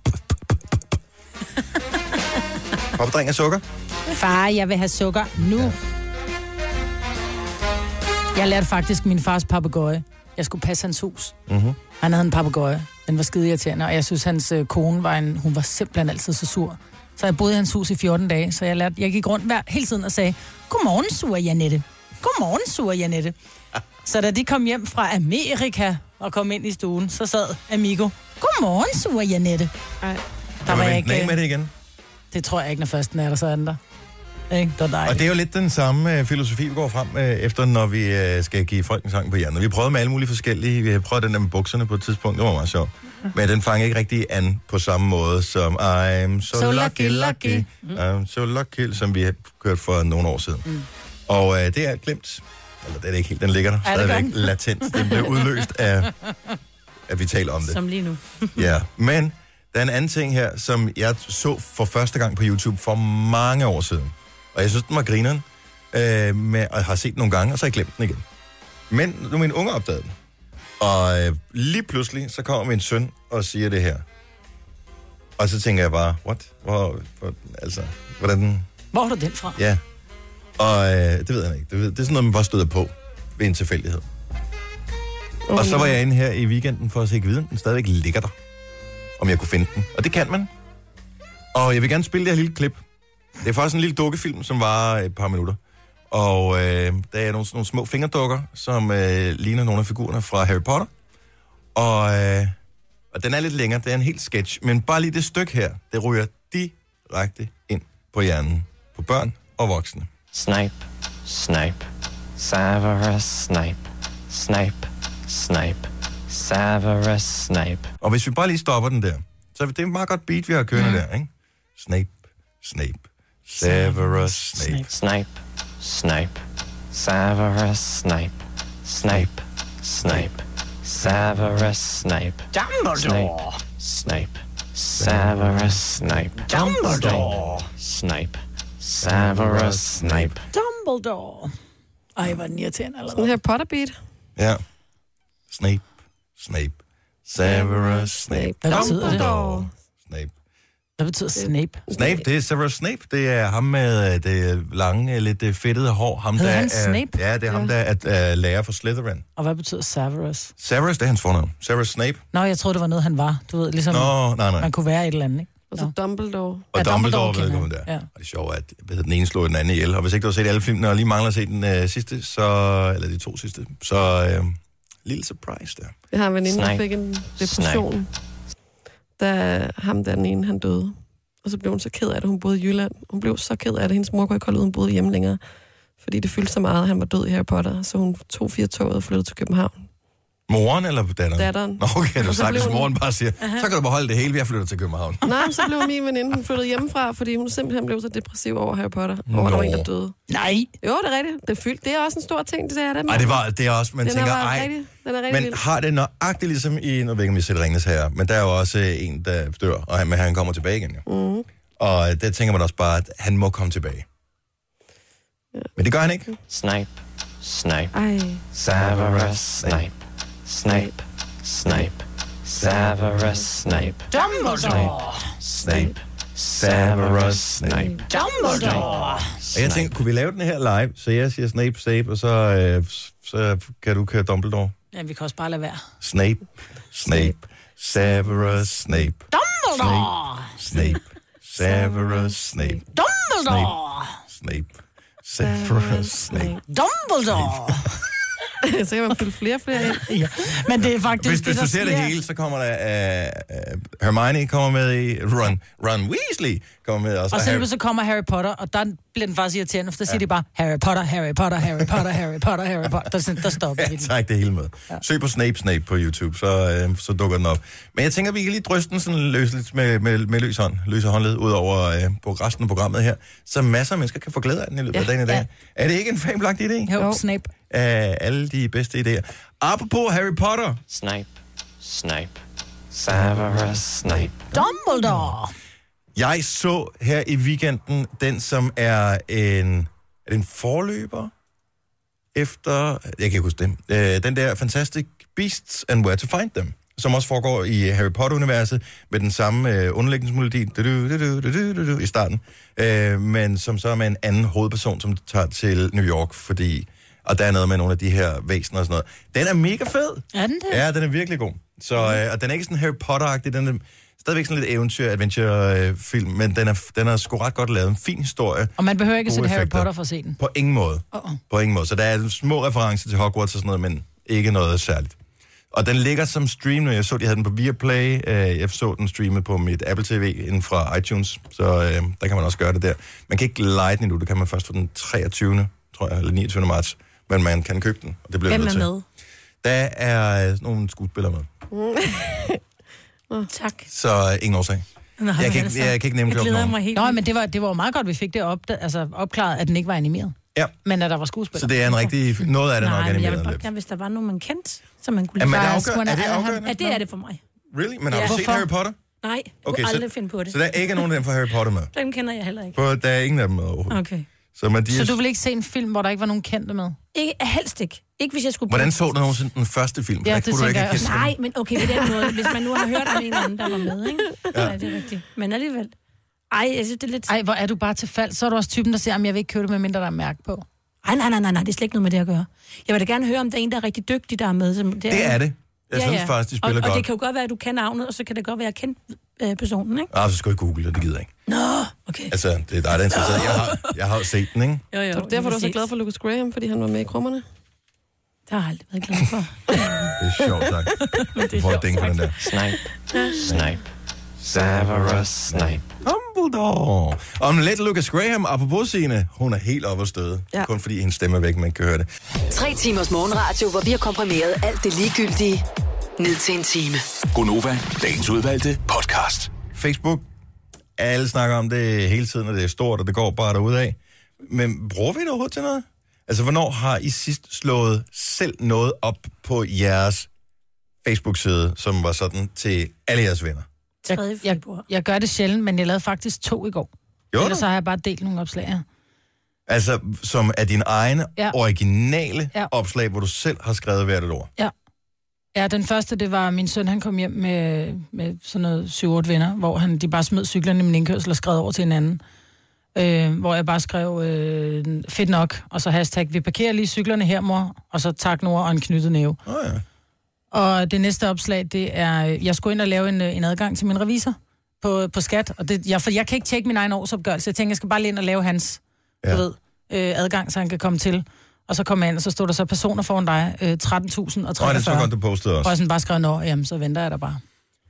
Pappedreng af sukker. Far, jeg vil have sukker nu. Ja. Jeg lærte faktisk min fars papegøje. Jeg skulle passe hans hus. Mm-hmm. Han havde en papegøje. Den var skide irriterende, og jeg synes, hans kone hun var simpelthen altid så sur. Så jeg boede i hans hus i 14 dage, så jeg gik rundt hele tiden og sagde, godmorgen, sure Janette. Godmorgen, sure Janette. Så da de kom hjem fra Amerika og kom ind i stuen, så sad Amigo, godmorgen, sure Janette. Ej. Der var jeg ikke med det igen. Det tror jeg ikke, når først den er der, så er den der. Ikke? Det og det er jo lidt den samme filosofi, vi går frem efter, når vi skal give folk en sang på hjernen. Vi prøvede med alle mulige forskellige. Vi har prøvet den der med bukserne på et tidspunkt. Det var meget sjovt. Men den fanger ikke rigtig an på samme måde som I'm so lucky. I'm so lucky, som vi har kørt for nogle år siden. Og det er glemt. Eller det er ikke helt. Den ligger der stadigvæk latent. Den bliver udløst af, at vi taler om det. Som lige nu. Ja, men der er en anden ting her, som jeg så for første gang på YouTube for mange år siden. Og jeg synes, den var grineren, og har set den nogle gange, og så har jeg glemt den igen. Men nu min unge opdagede den. Og lige pludselig, så kommer min søn og siger det her. Og så tænker jeg bare, what? Hvordan? Hvor har du den fra? Ja. Og det ved jeg ikke. Det er sådan noget, man bare støder på ved en tilfældighed. Og så var jeg inde her i weekenden for at se, ikke vide, den stadigvæk ligger der. Om jeg kunne finde den. Og det kan man. Og jeg vil gerne spille det her lille klip. Det er faktisk en lille dukkefilm, som varer et par minutter. Og der er nogle små fingerdukker, som ligner nogle af figurerne fra Harry Potter. Og den er lidt længere. Det er en helt sketch. Men bare lige det stykke her, det ryger direkte ind på hjernen. På børn og voksne. Snipe, snipe, Severus Snape, snipe, snipe, Severus Snape. Og hvis vi bare lige stopper den der, så er det et meget godt beat, vi har kørende der, ikke? Snape, Snape, Severus Snape. Snipe, snipe, Severus Snape, snipe, snipe, Severus Snape. Dumbledore! Snipe, Severus Snape. Dumbledore! Snipe, Severus Snape. Dumbledore! Ej, hvor den irriterende Den allerede. her Potter-beat. Ja. Snape, Snape, Severus Snape. Hvad betyder det? Dumbledore. Snape. Hvad betyder Snape? Snape, det er Severus Snape. Det er ham med det lange, lidt fedtede hår. Ham, Hedder der han er, Snape? Ja, det er ham, der er lærer for Slytherin. Og hvad betyder Severus? Severus, det er hans fornavn. Severus Snape. Nå, jeg troede, det var noget, han var. Du ved, ligesom Nej. man kunne være et eller andet, ikke? Og så Dumbledore. Og Ja, Dumbledore ved kender ikke, om det er. jeg. Ja. Og det er sjovt, at den ene slår den anden ihjel. Og hvis ikke du har set alle filmene, og lige mangler at se den sidste, eller de 2 sidste, så lille surprise der. Jeg har en veninde, der Snipe. fik en depression, da ham der den ene, han døde. Og så blev hun så ked af det, hun boede i Jylland. Hun blev så ked af det, hendes mor kunne ikke holde ud, hun boede hjemme længere. Fordi det fyldte så meget, at han var død i Harry Potter. Så hun tog 4-toget og flyttede til København. Moren eller datteren? Datteren. Nå, okay, du Og så sagde, blev hvis hun- moren bare siger, så kan du beholde det hele, jeg flytter til København. Nej, men så blev min veninde, hun flyttede hjemmefra, fordi hun simpelthen blev så depressiv over Harry Potter. Over der var en, der døde. Nej! Jo, det er rigtigt. Det er også en stor ting, det sagde jeg. Ej, det er også, man den tænker, er ej. rigtig, den er rigtig Men vild. har det nøjagtigt ligesom i, nu ved jeg ikke, om vi sætter Ringens Herre, men der er jo også en, der dør, og han kommer tilbage igen. Jo. Og der tænker man også bare, at han må komme tilbage. Ja. Men det gør han ikke. Snipe, snipe, Ej. Severus Snape, snipe, snipe, Severus Snape. Dumbledore! Snape. Severus Snape. Dumbledore! Og jeg tænker, kunne vi lave den her live? Så jeg siger Snape, Snape, og så kan du køre Dumbledore. Ja, vi kan også bare lade være. Snape, Snape, Severus Snape. Dumbledore! Snape, Severus Snape. Dumbledore! Snape, Severus Snape. Dumbledore! Så kan man fylde flere ind. Ja. Men det er faktisk Hvis du ser det hele, så kommer der Hermione kommer med i, Ron Weasley kommer med også. Og så kommer Harry Potter, og der bliver den faktisk irriterende, for der siger de bare, Harry Potter, Harry Potter, Harry Potter, Harry Potter, Harry Potter. Der stopper vi den. Ja, det hele med. Ja. Søg på Snape på YouTube, så dukker den op. Men jeg tænker, vi kan lige dryste den sådan løsligt med løse håndled ud over på resten af programmet her, så masser af mennesker kan få glæde af den i løbet af dagen i dag. Ja. Er det ikke en fabelagtig idé? Jo, Snape. Alle de bedste idéer. Apropos Harry Potter. Snape. Severus Snape. Dumbledore. Jeg så her i weekenden den, som er en forløber efter, jeg kan ikke huske det, den der Fantastic Beasts and Where to Find Them, som også foregår i Harry Potter-universet med den samme underlægningsmelodi i starten, men som så er med en anden hovedperson, som tager til New York, og der er noget med nogle af de her væsener og sådan noget. Den er mega fed. Er den det? Ja, den er virkelig god. Så, og den er ikke sådan Harry Potter-agtig, den er stadigvæk sådan lidt eventyr-adventure-film, men den er sgu ret godt lavet. En fin historie. Og man behøver ikke at se Gode Harry effekter. Potter for at se den. På ingen måde. På ingen måde. Så der er små referencer til Hogwarts og sådan noget, men ikke noget særligt. Og den ligger som stream, når jeg så, de havde den på Viaplay. Jeg så den streamet på mit Apple TV inden fra iTunes, så der kan man også gøre det der. Man kan ikke lege den endnu, det kan man først for den 23. tror jeg, eller 29. marts, men man kan købe den, og det bliver Hvem nødt til. er med? Der er nogle skuespillere med, Tak. så ingen årsag. Nå, Jeg kan ikke nemme Jeg klokken glæder nogen. mig helt. Nå, men det var jo meget godt, vi fik det opklaret, at den ikke var animeret. Ja, Men at der var skuespillere. så det er en rigtig... Noget af det nok Nej, men jeg vil animeret bare lidt. gerne, hvis der var nogen, man kendte, som man kunne Er, lide. man Der er afgørende? Er det sgu en- afgørende? Ja, det er det for mig. Really? Men har Ja. du set Hvorfor? Harry Potter? Nej, jeg Okay, kunne så- aldrig finde på det. Så der er ikke nogen af dem fra Harry Potter med? Dem kender jeg heller ikke. For der er ingen af dem med overhovedet. Okay. Så, man, de Så du vil ikke se en film, hvor der ikke var nogen kendte med? Ikke, helst ikke. Ikke hvis jeg skulle... Hvordan så du nogensinde den første film? Ja, Der det kunne du ikke tænker jeg have kendt Nej, men okay, på den måde. Hvis man nu har hørt om en eller anden, der var med, ikke? Ja, det er rigtigt. Men alligevel. Ej, jeg synes, det er lidt... Ej, hvor er du bare til fald. Så er du også typen, der siger, at jeg vil ikke købe det, med mindre der er mærke på. Ej, nej, det er slet ikke noget med det at gøre. Jeg vil da gerne høre, om der er en, der er rigtig dygtig, der er med. Det er det. Jeg synes faktisk, de spiller og godt. det kan jo godt være, at du kan navnet, og så kan det godt være, at jeg kender personen, ikke? Så skal jeg google det, det gider jeg ikke. Nå, okay. Altså, det er dig, der er interesseret. Jeg har jo set den, ikke? Jo, Så derfor er du så glad for Lucas Graham, fordi han var med i Krummerne? Det har jeg aldrig været glad for. Det er sjovt, tak. Du får et ding på den der. Snape. Severus Snape. Dumbledore. Om lidt Lucas Graham, apropos Signe, hun er helt oppe at støde. Ja. Kun fordi hendes stemme er væk, man ikke kan høre det. 3 timers morgenradio, hvor vi har komprimeret alt det ligegyldige ned til en time. Gonova, dagens udvalgte podcast. Facebook, alle snakker om det hele tiden, og det er stort, og det går bare derudad. Men bruger vi det overhovedet til noget? Altså, hvornår har I sidst slået selv noget op på jeres Facebook-side, som var sådan til alle jeres venner? 3. februar. Jeg gør det sjældent, men jeg lavede faktisk 2 i går. Jo, Ellers så har jeg bare delt nogle opslag. Ja. altså, som er dine egne, Ja. originale Ja. opslag, hvor du selv har skrevet hvert et ord. Ja, den første, det var min søn, han kom hjem med sådan noget 7-8 venner, hvor de bare smed cyklerne i min indkørsel og skrev over til hinanden. Hvor jeg bare skrev, fedt nok, og så hashtag, vi parkerer lige cyklerne her, mor, og så tak Nora og en knyttet næve. Ja. Og det næste opslag, det er, jeg skulle ind og lave en adgang til min revisor på skat, og for jeg kan ikke tjekke min egen årsopgørelse. Jeg tænker, jeg skal bare lige ind og lave hans adgang, så han kan komme til. Og så kom jeg ind, og så stod der så personer foran dig, 13.043. Og det så godt, du postede Og også. jeg sådan bare skrev, jamen, så venter jeg der bare.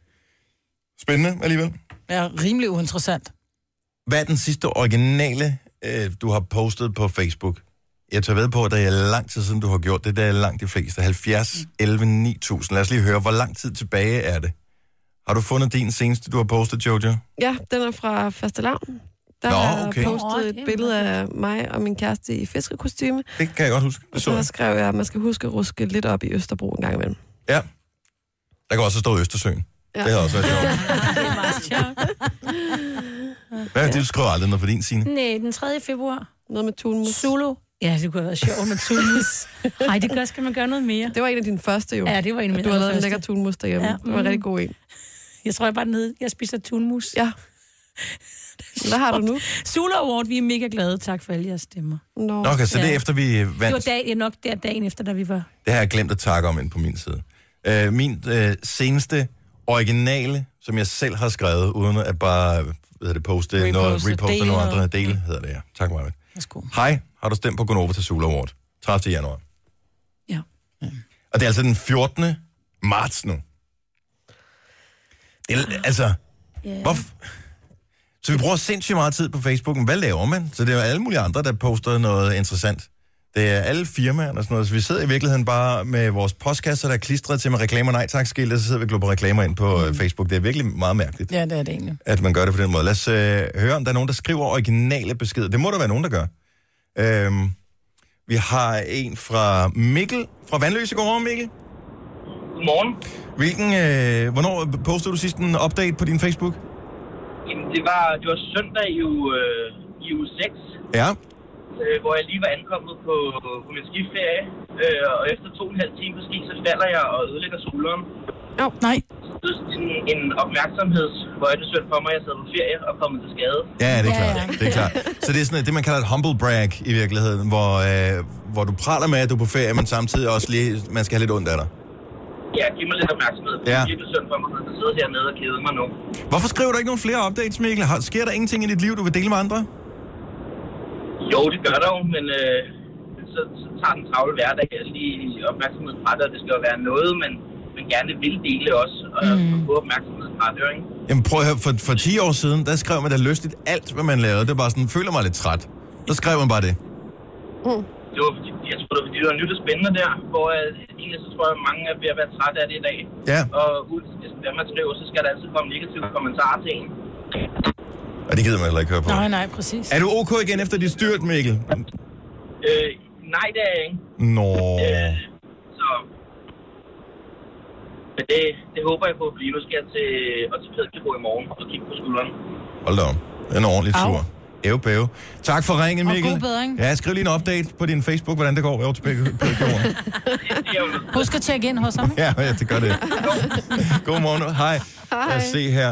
Spændende alligevel. Ja, rimelig uinteressant. Hvad er den sidste originale, du har postet på Facebook? Jeg tager ved på, at det er lang tid siden, du har gjort det. Det er langt de fleste. 70, 11, 9000. Lad os lige høre, hvor lang tid tilbage er det? Har du fundet din seneste, du har postet, Jojo? Ja, den er fra fastelavn. Der Nå, har okay. jeg postet et billede af mig og min kæreste i fiskekostyme. Det kan jeg godt huske. Og Det så så jeg. skrev jeg, at man skal huske at ruske lidt op i Østerbro en gang imellem. Ja. Der kan også stå Østersøen. Ja. Det har også været sjovt. Det er meget sjovt. Hvad er det, du skriver aldrig noget for din, Signe? Nej, den 3. februar. Noget med tunmus. Zulu. Ja, det kunne have været sjovt med tunmus. Nej, det gør, skal man gøre noget mere. Det var en af dine første jo. Ja, det var en af mine Du har lavet en allerførste. lækker tunmus derhjemme. Ja, Det var en rigtig god en. Jeg tror, jeg bare nede. Jeg spiser tunmus. Ja. Hvad har du nu? Zulu Award, vi er mega glade. Tak for alle jeres stemmer. Nå. Okay, så det er Ja. efter, vi Det var vandt. nok dagen efter, da vi var... Det har jeg glemt at takke om ind på min side. Min seneste originale, som jeg selv har skrevet, uden at bare poste noget, reposte dele noget noget. andre, dele, hedder det, ja. Tak, Marvind. Værsgo. Hej, har du stemt på Gonova til Zulu Award? 30. januar. Ja. Og det er altså den 14. marts nu. Altså, så vi bruger sindssygt meget tid på Facebook. Men hvad laver man? Så det er jo alle mulige andre, der poster noget interessant. Det er alle firmaer og sådan noget. Så vi sidder i virkeligheden bare med vores postkasser, der er klistret til med reklamer, nej tak skilt, og så sidder vi og glubber reklamer ind på Facebook. Det er virkelig meget mærkeligt. Ja, det er det egentlig. At man gør det på den måde. Lad os høre, om der er nogen, der skriver originale beskeder. Det må der være nogen, der gør. Vi har en fra Mikkel fra Vandløse. Godmorgen, Mikkel. Godmorgen. Hvornår postede du sidst en update på din Facebook? Jamen, det var søndag i uge 6. Ja. Hvor jeg lige var ankommet på min skiferie. Og efter 2,5 timer på ski, så falder jeg og ødelægger skulderen. Nej. Så en opmærksomhedsvøjtesøn for mig, jeg sad på ferie og kommet til skade. Ja, det er klart. Ja. Det er klart. Så det er sådan det, man kalder et humble brag i virkeligheden, hvor du praler med, at du er på ferie, men samtidig også lige, man skal have lidt ondt af dig. Ja, giv mig lidt opmærksomhed. Det er virkelig synd for mig, at sidde hernede og kede mig nu. Hvorfor skriver du ikke nogle flere updates, Mikkel? Sker der ingenting i dit liv, du vil dele med andre? Jo, det gør der jo, men så tager den travle hverdag lige opmærksomhed fra det, og det skal jo være noget, men gerne vil dele også, og få opmærksomhed fra det, ikke? Jamen prøv at høre, for 10 år siden, der skrev man da lystigt alt, hvad man lavede. Det var bare sådan, føler mig lidt træt. Så skrev man bare det. Det var, jeg tror, det var fordi, det var nyt og spændende der, hvor egentlig så tror jeg, at mange er ved at være trætte af det i dag. Ja. Og hvad man skriver, så skal der altid komme negative kommentarer til en. Og det gider man heller ikke høre på. Nej, præcis. Er du ok igen efter dit styrt, Mikkel? Nej, det er jeg ikke. Nå. Så... Men det håber jeg på, fordi nu skal jeg til ortopædkirurg i morgen og kigge på skulderen. Hold da om. Det er en ordentlig tur. Bæve. Tak for ringen, Mikkel. Og god bedring. Ja, skriv lige en update på din Facebook, hvordan det går ved ortopædkirurgen. Husk at tjekke ind hos ham. Ja, det gør det. Godmorgen. Hej. Lad os se her.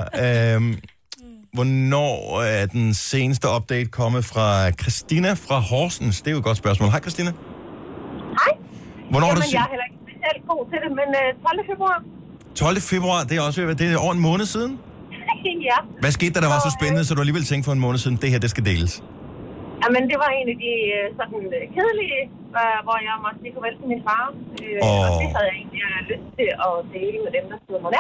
Hvornår er den seneste update kommet fra Christina fra Horsens? Det er jo et godt spørgsmål. Hej, Christina. Hej. Hvornår Jamen, jeg er heller ikke specielt god til det, men 12. februar. 12. februar, det er også det er over en måned siden? Ja. Hvad skete der var så spændende, så du alligevel tænkte for en måned siden, det her, det skal deles? Jamen, det var en af de sådan kedelige, hvor jeg måtte sige farvel til min far. Og det havde jeg egentlig lyst til at dele med dem, der sidder mig der.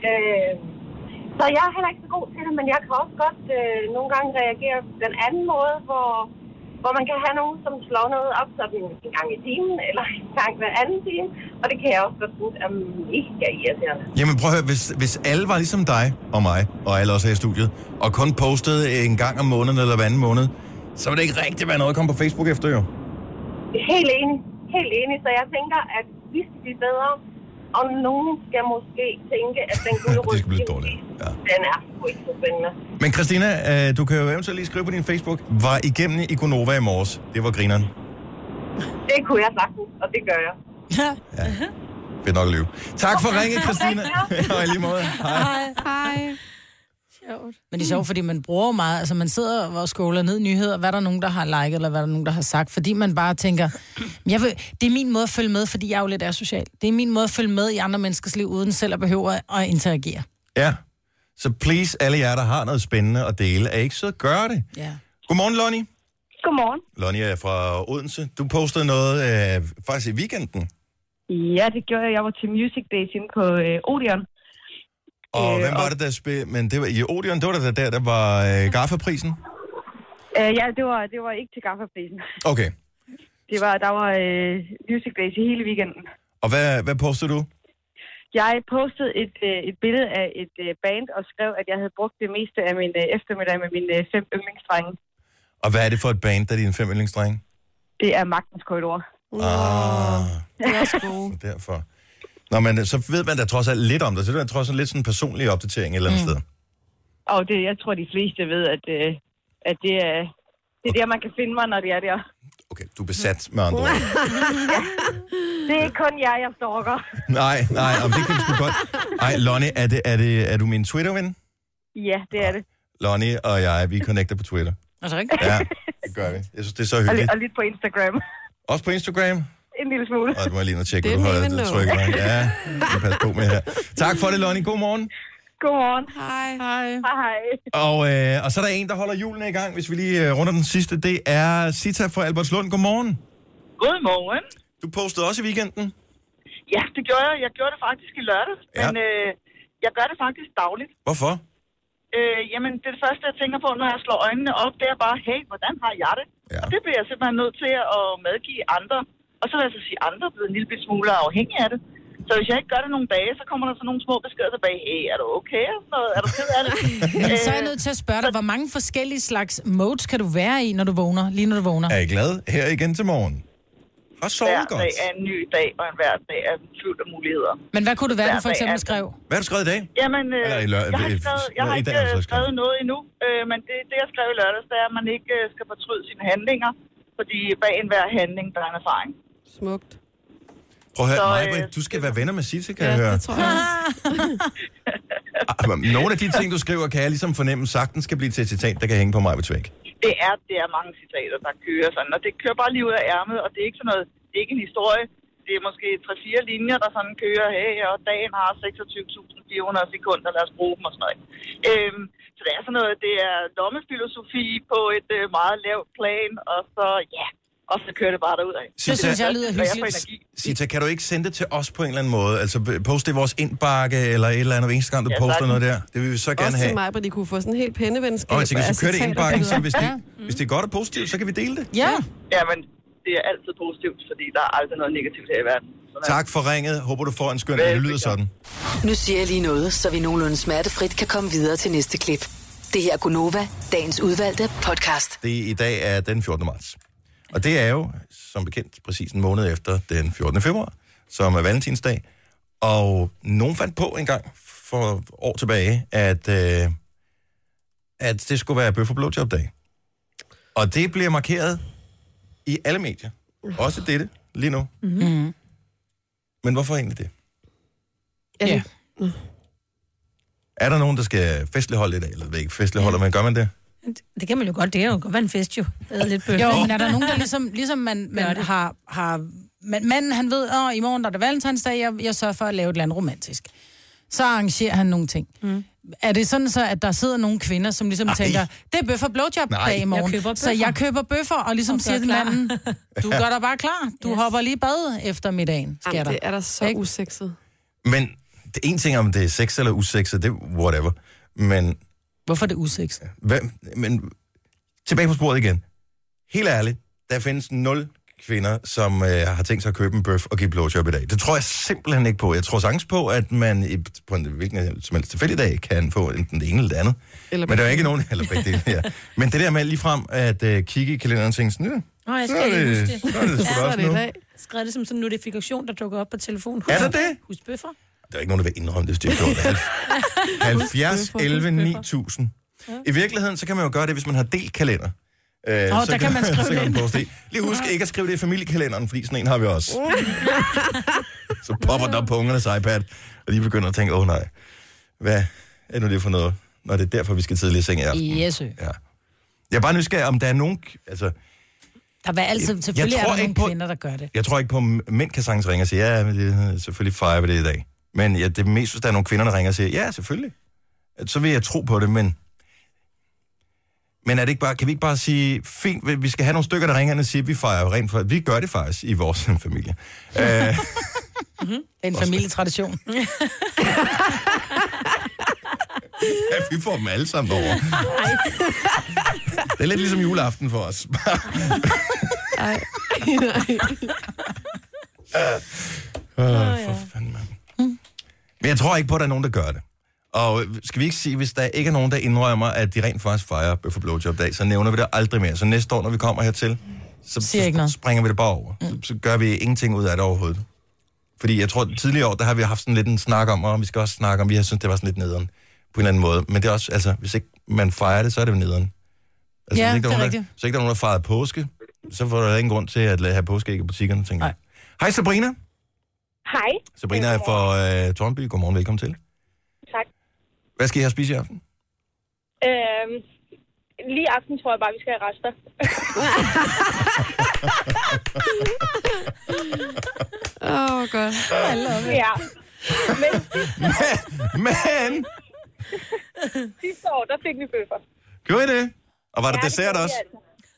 Så jeg er heller ikke så god til det, men jeg kan også godt nogle gange reagere på den anden måde, hvor man kan have nogen, som slår noget op sådan en gang i timen, eller en gang hver anden time. Og det kan jeg også godt synes er mega irriterende. Jamen prøv at høre, hvis alle var ligesom dig og mig, og alle også her i studiet, og kun postede en gang om måneden eller hver anden måned, så var det ikke rigtigt være noget at komme på Facebook efter, jo. Helt enig. Så jeg tænker, at vi skal blive bedre, og nogen skal måske tænke, at den gulerod, den er sgu ikke så spændende. Men Christina, du kan jo eventuelt lige skrive på din Facebook, var igennem i Gonova i morges. Det var grineren. Det kunne jeg sagtens, og det gør jeg. Ja. Fedt nok at lyve. Tak for ringe, Christina. Og i lige måde. Hej. Men det er sjovt, fordi man bruger meget, altså man sidder og scroller ned nyheder, hvad er der nogen, der har liket, eller hvad er der nogen, der har sagt, fordi man bare tænker, det er min måde at følge med, fordi jeg jo lidt er social. Det er min måde at følge med i andre menneskers liv, uden selv at behøve at interagere. Ja, så please, alle jer, der har noget spændende at dele, er ikke så gør det. Ja. Godmorgen, Lonnie. Godmorgen. Lonnie er fra Odense. Du postede noget faktisk i weekenden. Ja, det gjorde jeg. Jeg var til Music Days inde på Odeon. Og hvem var det, der spillede? Men det var i Odeon, det var der var Gaffa-prisen? Ja, det var ikke til Gaffa-prisen. Okay. Der var Music Days i hele weekenden. Og hvad postede du? Jeg postede et billede af et band og skrev, at jeg havde brugt det meste af min eftermiddag med mine 5 yndlingsdrenge. Og hvad er det for et band, der er dine 5 yndlingsdrenge? Det er Magtens Korridor. Det er også gode. Derfor. Nå, men så ved man da trods alt lidt om det, så det er trods alt lidt sådan en personlig opdatering et eller andet sted. Og jeg tror, de fleste ved, at det er der, man kan finde mig, når det er der. Okay, du er besat med andre ord. Det er ikke kun jeg stalker. Nej, om det kan vi sgu godt. Ej, Lonnie, er du min Twitter-ven? Ja, det er det. Lonnie og jeg, vi connecter på Twitter. Er det rigtigt? Ja, det gør vi. Jeg synes, det er så hyggeligt. Og lidt på Instagram. Også på Instagram? En lille smule. Og det må jeg lige nå tjekke, hvad du har trykket. Ja, jeg passer på med her. Tak for det, Lonnie. God morgen. Godmorgen. Hej. Og så er der en, der holder julen i gang, hvis vi lige runder den sidste. Det er Sita fra Albertslund. Godmorgen. Godmorgen. Du postede også i weekenden? Ja, det gjorde jeg. Jeg gjorde det faktisk i lørdag, men jeg gør det faktisk dagligt. Hvorfor? Jamen, det første, jeg tænker på, når jeg slår øjnene op, det er bare, hey, hvordan har jeg det? Ja. Og det bliver jeg simpelthen nødt til at medgive andre. Og så vil jeg så sige, andre er blevet en lille smule afhængige af det. Så hvis jeg ikke gør det nogle dage, så kommer der så nogle små beskeder tilbage. Hey, er du okay? Er du ked af det? Så er jeg nødt til at spørge dig, hvor mange forskellige slags modes kan du være i, når du vågner? Lige når du vågner. Er I glad? Her igen til morgen. Har sovet godt. Hver dag er en ny dag, og hver dag er fyldt af muligheder. Men hvad kunne det være, du for eksempel skrev? Hvad har du skrevet i dag? Jamen, jeg har ikke skrevet noget endnu, men det jeg skrev i lørdags, det er, at man ikke skal fortryde sine handlinger, fordi bag enhver handling, der er en erfaring. Smukt. Prøv at høre, Maj-Brit, du skal være venner med Sisse, kan jeg høre. Det tror jeg. Nogle af de ting, du skriver, kan jeg ligesom fornemme, sagtens skal blive til et citat, der kan hænge på Maj-Brits væg. Det er mange citater, der kører sådan, og det kører bare lige ud af ærmet, og det er ikke sådan noget, det er ikke en historie. Det er måske 3-4 linjer, der sådan kører, hey, og dagen har 26.400 sekunder, lad os bruge dem og sådan noget. Så det er sådan noget, det er lommefilosofi på et meget lavt plan, og så og så kører det bare derudad. Det synes jeg lyder hyggeligt. Sita, kan du ikke sende det til os på en eller anden måde? Altså poste det i vores indbakke, eller et eller andet, hver eneste gang, du poster noget der. Det vil vi så gerne have. Også til mig, hvor de kunne få sådan en helt pennevenskab. Og jeg tænker, så kører det indbakken, så hvis det er godt og positivt, så kan vi dele det. Ja. Men det er altid positivt, fordi der er aldrig noget negativt her i verden. Tak for ringet. Håber, du får en skøn dag. Det lyder sådan. Nu siger jeg lige noget, så vi nogenlunde smertefrit kan komme videre til næste klip. Det her er Gunova, dagens udvalgte podcast. Det i dag er den 14. marts. Og det er jo, som bekendt, præcis en måned efter den 14. februar, som er valentinsdag. Og nogen fandt på en gang for år tilbage, at det skulle være bøf- og blowjob-dag. Og det bliver markeret i alle medier. Også dette, lige nu. Mm-hmm. Men hvorfor egentlig det? Ja. Er der nogen, der skal festligholde i dag, eller ikke festligholder, men gør man det? Det kan man jo godt. Det er jo godt være en fest, jo. Lidt jo, men er der nogen, der ligesom man har... Manden, han ved, i morgen der er det valentinsdag, jeg sørger for at lave et eller andet romantisk. Så arrangerer han nogle ting. Mm. Er det sådan så, at der sidder nogle kvinder, som ligesom tænker, det er bøf- og blowjob-dag i morgen, så jeg køber bøffer, og ligesom siger til manden, du gør dig bare klar. Du hopper lige bad efter middagen. Det er da så usekset. Men det er en ting, om det er sex eller usekset, det er whatever. Men... Hvorfor er det usekset? Men tilbage på sporet igen. Helt ærligt, der findes 0 kvinder, som har tænkt sig at købe en bøf og give blowjob i dag. Det tror jeg simpelthen ikke på. Jeg tror sagtens på, at man på en hvilken som helst tilfældig dag kan få enten det ene eller det andet. Eller men der er ikke nogen... Eller begge dele, ja. Men det der med lige frem at kigge i kalenderen og tænke sådan, jeg skal ikke huske det. Så er det sgu også nu. Skrev det som sådan en notifikation, der dukker op på telefonen. Er der det? Husk bøffer. Der er ikke nogen, der vil indrømme det, hvis de har gjort det. 70, 11, 9000. I virkeligheden, så kan man jo gøre det, hvis man har delt kalender. Der kan man skrive det ind. Lige husk ikke at skrive det i familiekalenderen, fordi sådan en har vi også. Så popper der op på ungernes iPad, og de begynder at tænke, nej, hvad er nu det for noget, når det er derfor, vi skal tidligere i seng i aften. Yes. Ja. Jeg er bare nysgerrig, om der er nogen... Altså, der var altid, selvfølgelig er der nogle kvinder, der gør det. Jeg tror ikke på, mænd kan sagtens ringe og sige, ja, men det, selvfølgelig fejrer vi det i dag. Men det er mest, hvis der er nogle kvinder, der ringer og siger, ja, selvfølgelig. Så vil jeg tro på det, men er det ikke bare, kan vi ikke bare sige, fint, vi skal have nogle stykker, der ringer og siger, vi fejrer rent for, vi gør det faktisk i vores familie. En familietradition. Ja, vi får dem alle sammen over. Det er lidt ligesom juleaften for os. Nej. For fanden, mand. Men jeg tror ikke på, at der er nogen, der gør det. Og skal vi ikke sige, hvis der ikke er nogen, der indrømmer, at de rent faktisk fejrer bøf- og blowjob-dag, så nævner vi det aldrig mere. Så næste år, når vi kommer hertil, så springer vi det bare over. Så gør vi ingenting ud af det overhovedet. Fordi jeg tror, tidligere år, der har vi haft sådan lidt en snak om, og vi skal også snakke om, vi har syntes, det var sådan lidt nederen på en eller anden måde. Men det er også, altså, hvis ikke man fejrer det, så er det jo nederen. Altså, ja, hvis ikke det er rigtigt. Så ikke der er nogen, der fejrer påske, så får der ingen grund til at have påskeæg i butikkerne, tænker jeg. Hej Sabrina. Hej. Sabrina er fra Tornby. Godmorgen, velkommen til. Tak. Hvad skal I have at spise i aften? Lige i aften tror jeg bare, vi skal have rester. Godt. Ja. Men... Sidste år, der fik vi bøffer. Gjorde I det? Og var der dessert også?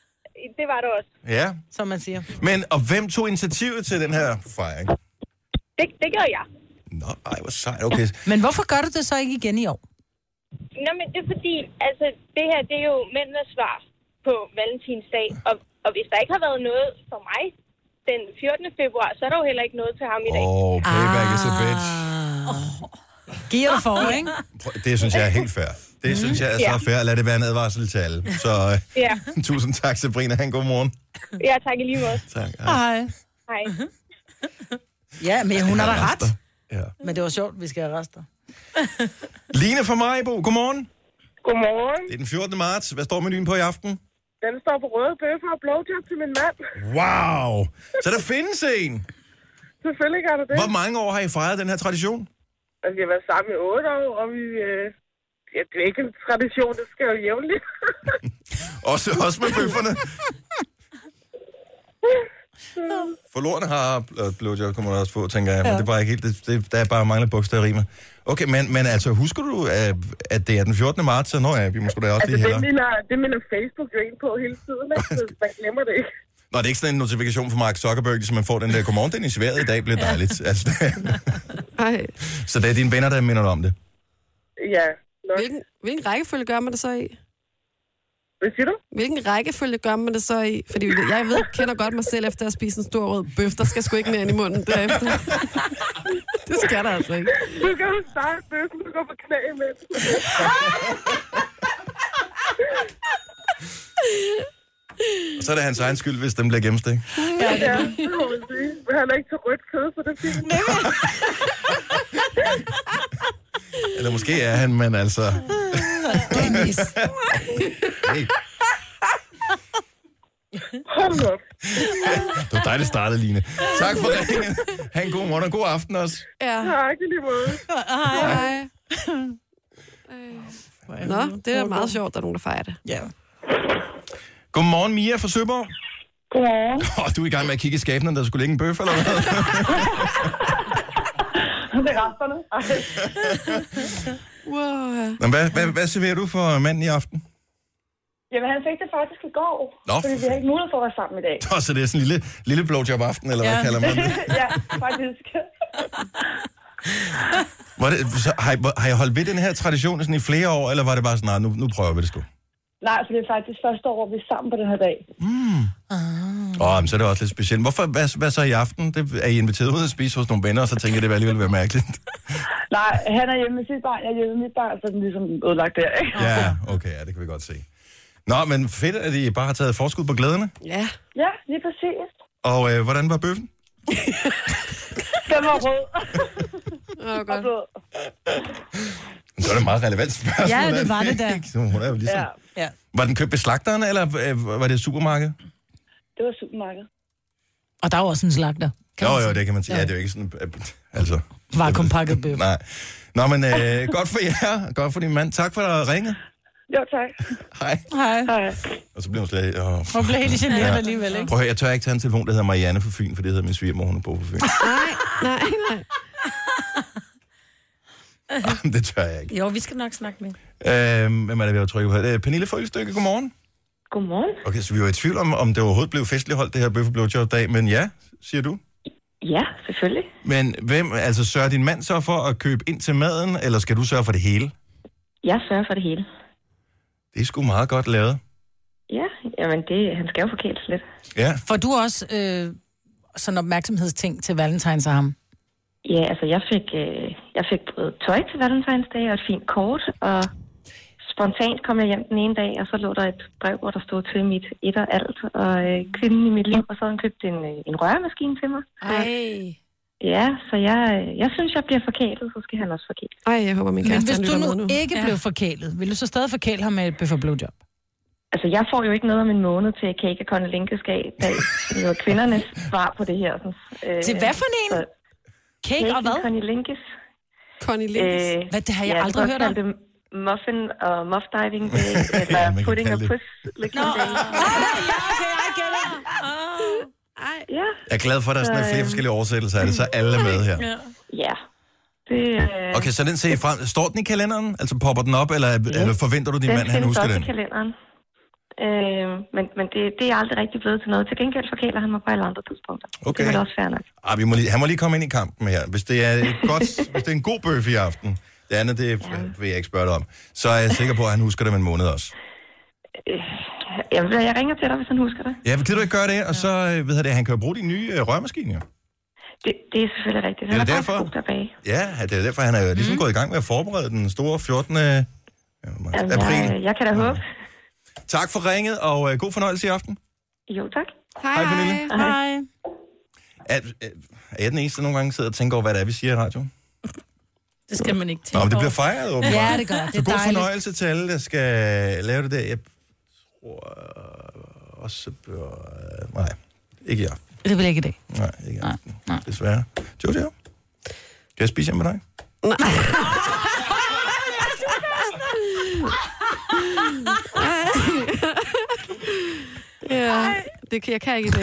Det var det også. Ja. Som man siger. Men, og hvem tog initiativet til den her fejring? Det gør jeg. Nå, ej, hvor sejt, okay. Men hvorfor gør du det så ikke igen i år? Nå, men det er fordi, altså, det her, det er jo mændenes svar på valentinsdag. Og hvis der ikke har været noget for mig den 14. februar, så er der jo heller ikke noget til ham i dag. Payback is a bitch. Giver du for, ikke? Det synes jeg er helt fair. Det synes jeg er så fair. Lad det være en advarsel til alle. Så tusind tak, Sabrina. Ha' en god morgen. Ja, tak i lige måde. Tak. Hej. Hej. Ja, men hun har da ret. Ja. Men det var sjovt, vi skal have rester. Line fra Maribo, godmorgen. Godmorgen. Det er den 14. marts. Hvad står menuen på i aften? Den står på røde bøffer og blowjob til min mand. Wow! Så der findes en. Selvfølgelig gør det det. Hvor mange år har I fejret den her tradition? Altså, vi har været sammen i 8 år, og vi... Ja, det er ikke en tradition, det skal jo jævnligt. også med bøfferne? Forlorene har blowjob, kommer man også få, tænker jeg. Men det er bare ikke helt... der er bare manglet bogstaver i mig. Okay, men altså, husker du, at det er den 14. marts? Så vi måske da også lige hellere. Det minder Facebook jo ind på hele tiden, ikke? Så man glemmer det ikke. Nå, det er ikke sådan en notifikation fra Mark Zuckerberg, så man får den der, godmorgen, den i sværet i dag bliver dejligt. Altså, så det er dine venner, der minder dig om det? Ja. Hvilken rækkefølge gør man det så i? Hvad siger du? Hvilken rækkefølge gør man det så i? Fordi jeg kender godt mig selv efter at spise en stor rød bøf. Der skal sgu ikke mere ind i munden derefter. Det skal der altså ikke. Du kan jo starte bøffen, du går på knæ imens. Og så er det hans egen skyld, hvis den bliver gennemstegt. Ja, det må man sige. Men han er ikke til rødt kød, så det er fint. Eller måske er han, men altså... Dennis. Hey. Hold op. Det var dig, det startede, Line. Tak for ringen. Ha' en god morgen og god aften også. Ja. Tak i lige måde. Hej. Nå, det er meget sjovt, der er nogen, der fejrer det. Ja. Godmorgen, Mia fra Søborg. Godmorgen. Du er i gang med at kigge i skabene, der skulle ligge en bøf, eller hvad? Det er resterne. Wow. Hvad serverer du for manden i aften? Jamen, han fik det faktisk i går. Fordi vi har ikke mulighed for at være sammen i dag. Så det er sådan en lille blowjob-aften, eller hvad kalder man det? Ja, faktisk. Har I holdt ved den her tradition sådan i flere år, eller var det bare sådan, nu prøver vi det sgu? Nej, for det er faktisk første år, vi er sammen på den her dag. Men så er det også lidt specielt. Hvad så i aften? Er I inviteret ud at spise hos nogle venner, og så tænker jeg, det vil alligevel være mærkeligt? Nej, han er hjemme med sit barn, jeg er hjemme med mit barn, så er den ligesom ødelagt der, ikke? Ja, okay, det kan vi godt se. Nå, men fedt, at I bare har taget forskud på glæderne. Ja. Ja, lige præcis. Og hvordan var bøffen? Den var rød. Godt. Det var da meget relevant spørgsmål. Ja, det var det da. Hun er jo ligesom... Ja. Var den købt ved slagteren, eller var det supermarked? Det var supermarkedet. Og der er jo også en slagter. Jo, det kan man sige. Ja, det er jo ikke sådan... Altså... Vakuumpakket bøf. Nej. Nå, men godt for jer. Godt for din mand. Tak for at ringe. Jo, tak. Hej. Og så blev hun slet... Hun blev helt generet alligevel, ikke? Prøv at høre, jeg tør ikke tage en telefon, der hedder Marianne fra Fyn, for det hedder min svigermor, hun bor på Fyn. Nej. Det tør jeg ikke. Jo, vi skal nok snakke med. Hvem er det, vi har trykket på? Det er Pernille Følstykke, godmorgen. Godmorgen. Okay, så vi var i tvivl om det overhovedet blev festligholdt, det her bøf- og blowjob-dag, men ja, siger du? Ja, selvfølgelig. Men sørger din mand så for at købe ind til maden, eller skal du sørge for det hele? Jeg sørger for det hele. Det er sgu meget godt lavet. Ja, jamen han skal jo forkæles lidt. Ja. Får du også sådan opmærksomhedsting til Valentines af ham? Ja, altså jeg fik både tøj til Valentines Day og et fint kort, og spontant kom jeg hjem den ene dag, og så lå der et brev, hvor der stod til mit et og alt, og kvinden i mit liv, og så havde han købt en røremaskine til mig. Ej. Ja, så jeg synes, jeg bliver forkælet, så skal han også forkæles. Ej, jeg håber, min kæreste Men hvis du nu ikke blev forkælet, vil du så stadig forkæle ham med et bøf og blowjob? Altså, jeg får jo ikke noget om en måned til Cake og Conny Linkes dag. Det er jo kvindernes svar på det her. Til hvad for en? Cake og hvad? Conny Linkes. Conny Linkes? Hvad, det har jeg aldrig hørt om. Det muffin og muff diving day, eller pudding og puss licking day. Jeg er glad for, at der er sådan flere forskellige oversættelser af det, så alle er med her. Ja. Okay, så den ser I frem. Står den i kalenderen? Altså popper den op, eller forventer du, din mand, han husker den? Den findes også i kalenderen. Men det er aldrig rigtig blevet til noget. Til gengæld forkæler han mig på alle andre tidspunkter. Okay. Det er også fair nok. Han må lige komme ind i kampen her. Hvis det er hvis det er en god bøf i aften, det andet, det vil jeg ikke spørge dig om, så er jeg sikker på, at han husker det om en måned også. Jeg ringer til dig, hvis han husker det. Ja, kan du ikke gøre det? Og så, han kan jo bruge din nye rørmaskine, jo. Det er selvfølgelig rigtigt. Han er derfor god tilbage. Ja, det er derfor, han er ligesom gået i gang med at forberede den store 14. april. Jeg kan da håbe. Tak for ringet, og god fornøjelse i aften. Jo, tak. Hej, Pernille. Hej. Er jeg den eneste, der nogle gange sidder og tænker over, hvad det er, vi siger i radioen? Det skal man ikke tænke over. Det bliver fejret, åbenbart. Ja, det gør det. Så god fornøjelse til alle, der skal lave det der. Jeg tror også... Nej, ikke i aften. Det bliver ikke i dag. Nej, ikke i aften. Nej. Desværre. Jojo, kan jeg spise hjemme med dig? Nej. Ja, jeg kan ikke i dag.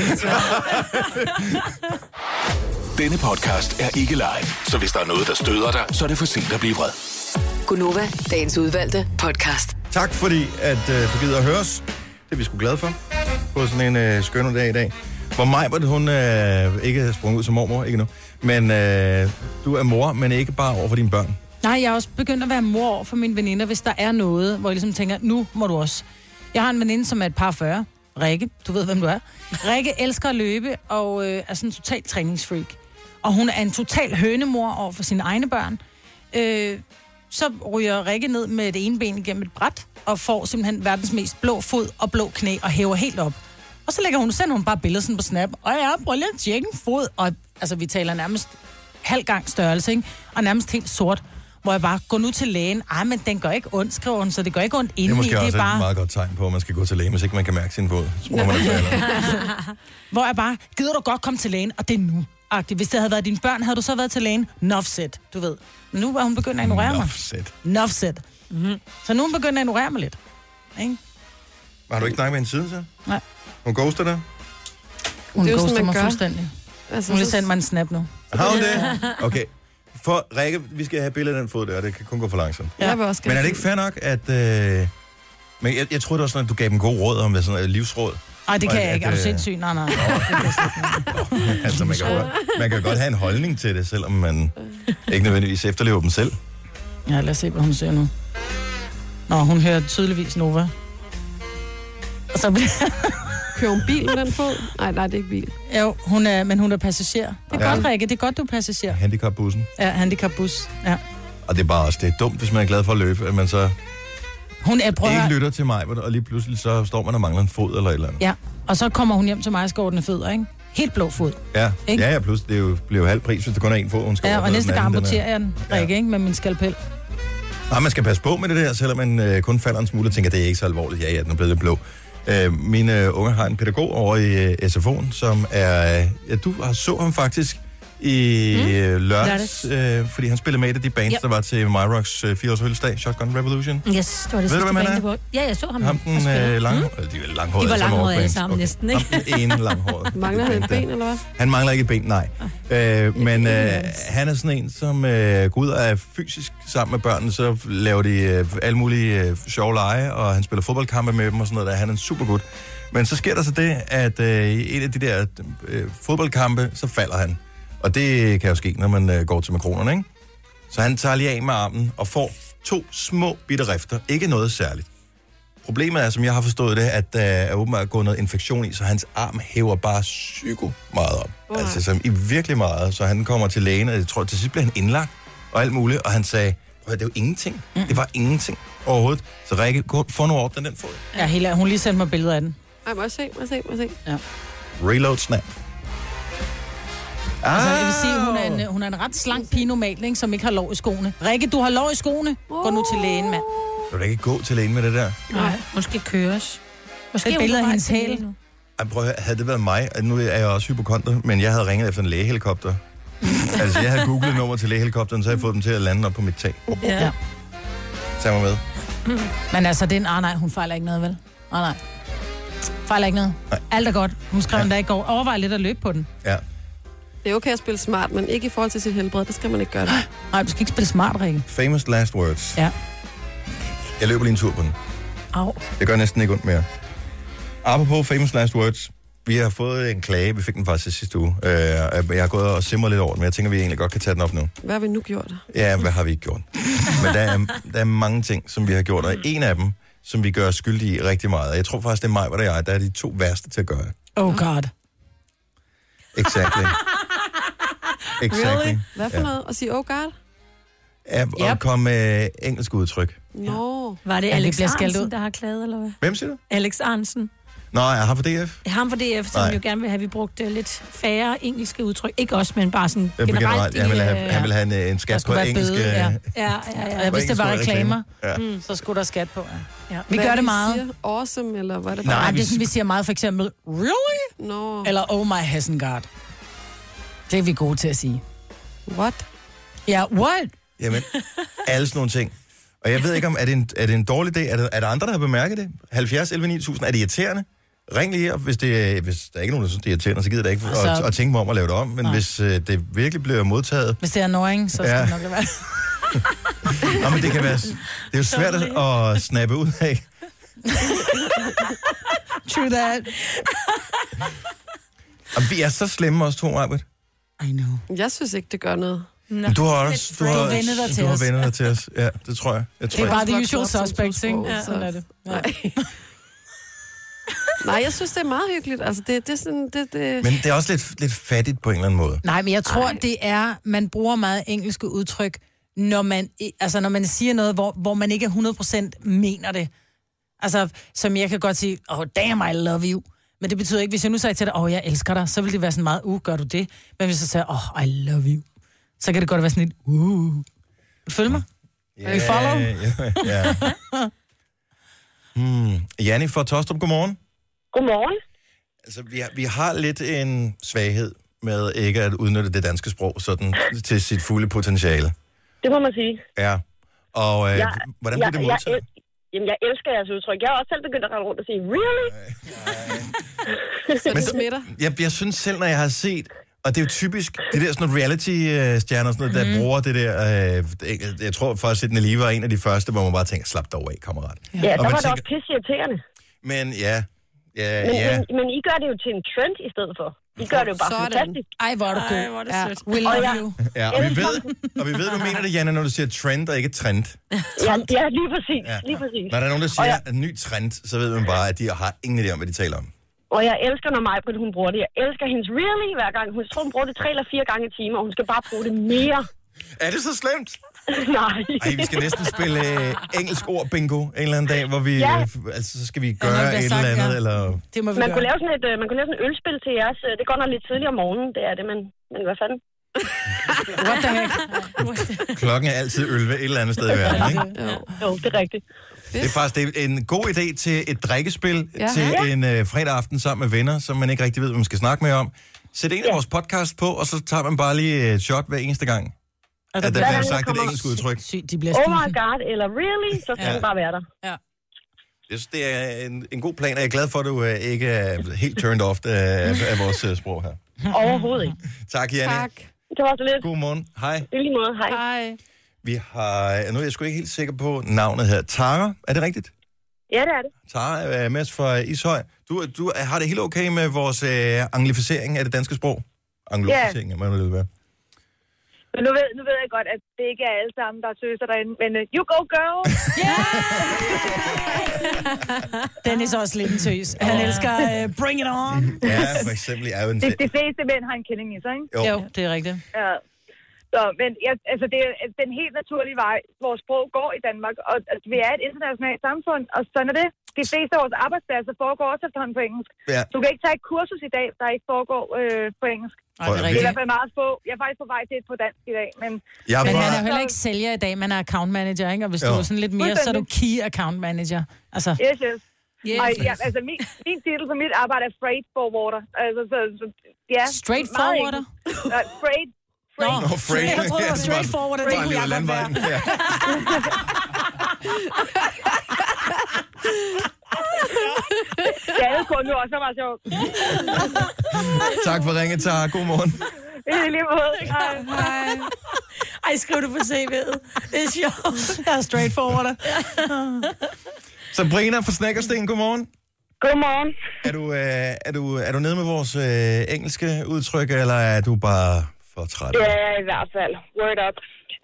Denne podcast er ikke live, så hvis der er noget, der støder dig, så er det for sent at blive vred. Gunova, dagens udvalgte podcast. Tak fordi, at du gider at høre os. Det er vi sgu glade for. På sådan en skønne dag i dag. Hvor Majbert, hun ikke er sprunget ud som mormor, ikke nu. Men du er mor, men ikke bare over for dine børn. Nej, jeg er også begyndt at være mor over for mine veninder, hvis der er noget, hvor jeg ligesom tænker, nu må du også. Jeg har en veninde, som er et par 40. Rikke, du ved, hvem du er. Rikke elsker at løbe, og er sådan en total træningsfreak. Og hun er en total hønemor over for sine egne børn. Så ryger Rikke ned med det ene ben igennem et bræt, og får simpelthen verdens mest blå fod og blå knæ, og hæver helt op. Og så sender hun bare billeder sådan på Snap, og ja, prøv lige at tjekke en fod. Og altså, vi taler nærmest halv gang størrelse, ikke? Og nærmest helt sort. Hvor jeg bare, gå nu til lægen. Ej, men den gør ikke ondt, skriver hun, så det gør ikke ondt indeni. Det er måske også bare... et meget godt tegn på, at man skal gå til lægen, hvis ikke man kan mærke sin fod. Hvor jeg bare, gider du godt komme til lægen, og det er nu. Hvis det havde været dine børn, havde du så været til lægen. Nuffset, du ved. Men nu var hun begyndt at ignorere mig. Nuffset. Mm-hmm. Så nu er hun begyndt at ignorere mig lidt. Ikke? Har du ikke snakket med en side, så? Nej. Hun ghoster dig? Hun det er ghoster sådan, mig gør. fuldstændig. Altså, hun vil sende mig en snap nu. Har hun det? Okay. For Rikke, vi skal have billedet af den fod der, det kan kun gå for langsomt. Ja. Men er det ikke fair nok, at... Men jeg tror det var sådan, at du gav dem gode råd om sådan et livsråd. Nej, det kan jeg ikke. Er du sindssyg? Nej. Altså, man kan godt have en holdning til det, selvom man ikke nødvendigvis efterlever dem selv. Ja, lad os se, hvad hun siger nu. Nå, hun hører tydeligvis Nova. Og så kører hun bil med den fod? Nej, det er ikke bil. Jo, men hun er passager. Det er godt, Rikke. Det er godt, du er passager. Handicapbussen. Ja, handicapbus. Ja. Og det er bare også, det er dumt, hvis man er glad for at løbe, at man så ikke lytter til mig, og lige pludselig så står man og mangler en fod eller et eller andet. Ja, og så kommer hun hjem til mig og skal ordne fødder, ikke? Helt blå fod. Ja, ikke? Ja, pludselig det bliver jo halv pris, hvis der kun er en fod, hun skal ordne. Ja, og næste gang anden, amputerer jeg den, Rikke, ikke? Med min skalpel. Nej, man skal passe på med det der, selvom man kun falder en smule og tænker, det er ikke så alvorligt. Ja, den er blevet lidt blå. Mine unge har en pædagog over i SFO'en, som er... Ja, du så ham faktisk i lørdags, fordi han spillede med et af de bands, der var til MyRocks 4-års fødselsdag, Shotgun Revolution. Yes, det var det sidste band, det var. Ja, jeg så ham. Ham den langhårede. De var langhårede. De var langhårede alle sammen næsten, ikke? Ham den ene langhårede. Mangler han et ben, eller hvad? Han mangler ikke et ben, nej. Men han er sådan en, som går ud og er fysisk sammen med børnene, så laver de alle mulige sjove lege, og han spiller fodboldkampe med dem og sådan noget der. Han er en super gut. Men så sker der så det, at i en af de der fodboldkampe, så falder han. Og det kan jo ske, når man går til makronerne, ikke? Så han tager lige af med armen og får 2 små bitte rifter. Ikke noget særligt. Problemet er, som jeg har forstået det, at der er åbenbart gået noget infektion i, så hans arm hæver bare psyko meget op. Wow. Altså som i virkelig meget. Så han kommer til lægen, og jeg tror, til sidst blev han indlagt og alt muligt. Og han sagde, det er jo ingenting. Det var ingenting overhovedet. Så Rikke, få nu ordnet den fod. Ja, hun lige sendte mig billeder af den. Ej, må jeg se. Ja. Reload snap. Altså, det vil sige, hun er en ret slank pige normalt, ikke, som ikke har lov i skoene. Rikke, du har lov i skoene. Gå nu til lægen, mand. Du da ikke gå til lægen med det der? Nej, måske køres. Måske et billede af hendes hæl. Prøv at høre, havde det været mig, nu er jeg også hypokonter, men jeg havde ringet efter en lægehelikopter. Altså, jeg havde googlet nummer til lægehelikopteren, så havde jeg fået dem til at lande op på mit tag. Ja. Tag mig med. Men altså, nej, hun fejler ikke noget, vel? Nej. Fejler ikke noget. Nej. Alt er godt. Hun skrev endda i går. Overvej lidt at løbe på den. Ja. Det er okay at spille smart, men ikke i forhold til sit helbred. Det skal man ikke gøre det. Nej, du skal ikke spille smart, Rikke. Famous last words. Ja. Jeg løber lige en tur på den. Au. Det gør næsten ikke ondt mere. Apropos famous last words. Vi har fået en klage. Vi fik den faktisk sidste uge. Jeg har gået og simret lidt over den, men jeg tænker, vi egentlig godt kan tage den op nu. Hvad har vi nu gjort? Ja, hvad har vi ikke gjort? Men der er mange ting, som vi har gjort, og en af dem, som vi gør skyldige i rigtig meget. Jeg tror faktisk, det er mig, hvor det er jeg, der er de 2 værste til at gøre. Oh god. Exactly. Really? Hvad for noget? At sige oh god? Og komme med engelsk udtryk. No. Var det Alex Arnsen, der har klaget, eller hvad? Hvem siger du? Alex Arnsen. Nå, jeg har for DF. Ham for DF, som jo gerne vil have, vi brugt lidt færre engelske udtryk. Ikke også, men bare sådan generelt. Han vil have en skat på engelsk. Ja. Hvis det var reklamer, så skulle der skat på. Ja. Vi gør det meget. Siger? Awesome, eller hvad er det bare? Nej, det er sådan, vi siger meget, for eksempel, really? No. Eller oh my Hessengard. Det er vi gode til at sige. What? Ja, what? Jamen, alle sådan nogle ting. Og jeg ved ikke, om er det en dårlig idé? Er der andre, der har bemærket det? 70 11 9000. Er det irriterende? Ring lige op, hvis der er ikke nogen, der synes, det er irriterende, så gider det ikke at tænke mig om at lave det om. Men hvis det virkelig bliver modtaget... Hvis det er annoying, så skal det nok være. Nå, men det kan være... Det er jo svært at snappe ud af. True that. Og vi er så slemme også, 2, Albert. I know. Jeg synes ikke, det gør noget. Men du har også... Du har vendt dig til os. Ja, det tror jeg. Det er bare the usual suspects, ikke? Ja, sådan er det. Ja. Nej, jeg synes, det er meget hyggeligt. Altså, det er sådan... Men det er også lidt fattigt på en eller anden måde. Nej, men jeg tror, det er... Man bruger meget engelske udtryk, når man siger noget, hvor man ikke 100% mener det. Altså, som jeg kan godt sige, oh, damn, I love you. Men det betyder ikke, hvis jeg nu siger til dig, jeg elsker dig, så vil det være sådan meget, gør du det? Men hvis jeg siger, I love you, så kan det godt være sådan et, Følg mig? Yeah, you follow? Janni fra Tostrup, godmorgen. Godmorgen. Altså, vi har lidt en svaghed med ikke at udnytte det danske sprog sådan til sit fulde potentiale. Det må man sige. Ja. Og hvordan bliver det modtaget? Jamen, jeg elsker jeres udtryk. Jeg har også selv begyndt at rende rundt og sige, really? Så det smitter. Jeg synes selv, når jeg har set, og det er jo typisk, det der sådan noget reality-stjerner, sådan noget, der bruger det der, jeg tror faktisk, at Nelly var en af de første, hvor man bare tænker, slap dig af, kammerat. Ja, der var det også pisseirriterende. Men Men I gør det jo til en trend i stedet for. I gør det jo bare fantastisk. Ej, hvor er du god. Hvor er det sødt. We love you. Ja, og vi ved, du mener det, Janne, når du siger trend og ikke trend. Ja, lige præcis. Ja. Lige præcis. Når der er nogen, der siger en ny trend, så ved man bare, at de har ingen idé om, hvad de taler om. Og jeg elsker, når Maj-Brit, hun bruger det. Jeg elsker hendes really hver gang. Hun tror, hun bruger det 3 eller 4 gange i timen, og hun skal bare bruge det mere. Er det så slemt? Nej. Ej, vi skal næsten spille engelsk ord bingo en eller anden dag, hvor vi, så skal vi gøre et eller andet, eller... Det må vi man kunne lave sådan et ølspil til jeres. Det går nok lidt tidligere om morgenen, det er det, men hvad fanden? What the heck? Klokken er altid 11 et eller andet sted i verden, ikke? Jo, det er rigtigt. Det er faktisk en god idé til et drikkespil til en fredag aften sammen med venner, som man ikke rigtig ved, hvad man skal snakke med om. Sæt en af vores podcast på, og så tager man bare lige et shot hver eneste gang. At der bliver sagt et engelsk udtryk. Oh my god, eller really, så skal den bare være der. Ja. Det er en god plan, og jeg er glad for, at du ikke er helt turned off af vores sprog her. Overhovedet ikke. Tak, Janne. Tak. Det var så lidt. God morgen. Hej. I lige måde. Hej. Vi har, nu er jeg sgu ikke helt sikker på navnet her. Tara, er det rigtigt? Ja, det er det. Tara er med fra Ishøj. Du har det helt okay med vores anglificering af det danske sprog? Anglificering, hvad det vil være. Men nu ved jeg godt, at det ikke er alle sammen, der tøser derinde, men you go girl! Dennis er også lidt en tøs. Han elsker bring it on. Ja, for eksempel er jo en... De fleste mænd har en killing i sig, ikke? Jo, det er rigtigt. Ja. Så, men det er den helt naturlige vej, vores sprog går i Danmark, og vi er et internationalt samfund, og sådan er det. De fleste af vores arbejdspladser foregår også efterhånden på engelsk. Ja. Du kan ikke tage et kursus i dag, der ikke foregår på engelsk. Det er i hvert fald meget få. Jeg er faktisk på vej til et på dansk i dag, men man er jo heller ikke sælger i dag, man er account manager, ikke? Og hvis du er sådan lidt mere, så er du key account manager. Altså. Yes. Altså min titel på mit arbejde er freight forwarder. Altså, så ja. Straight forwarder? Freight. No, freight. Jeg tror, det var straight forwarder. Det kunne jeg godt være. Ja, det kunne jo også være sjovt. Tak for ringet, Tara. God morgen. I lige måde. Hej. Ej, skriv det på CV'et. Det er sjovt. Jeg er straight forwarder. Sabrina fra Snækkersten, godmorgen. Godmorgen. Er du nede med vores engelske udtryk, eller er du bare for træt? Ja, i hvert fald. Word up.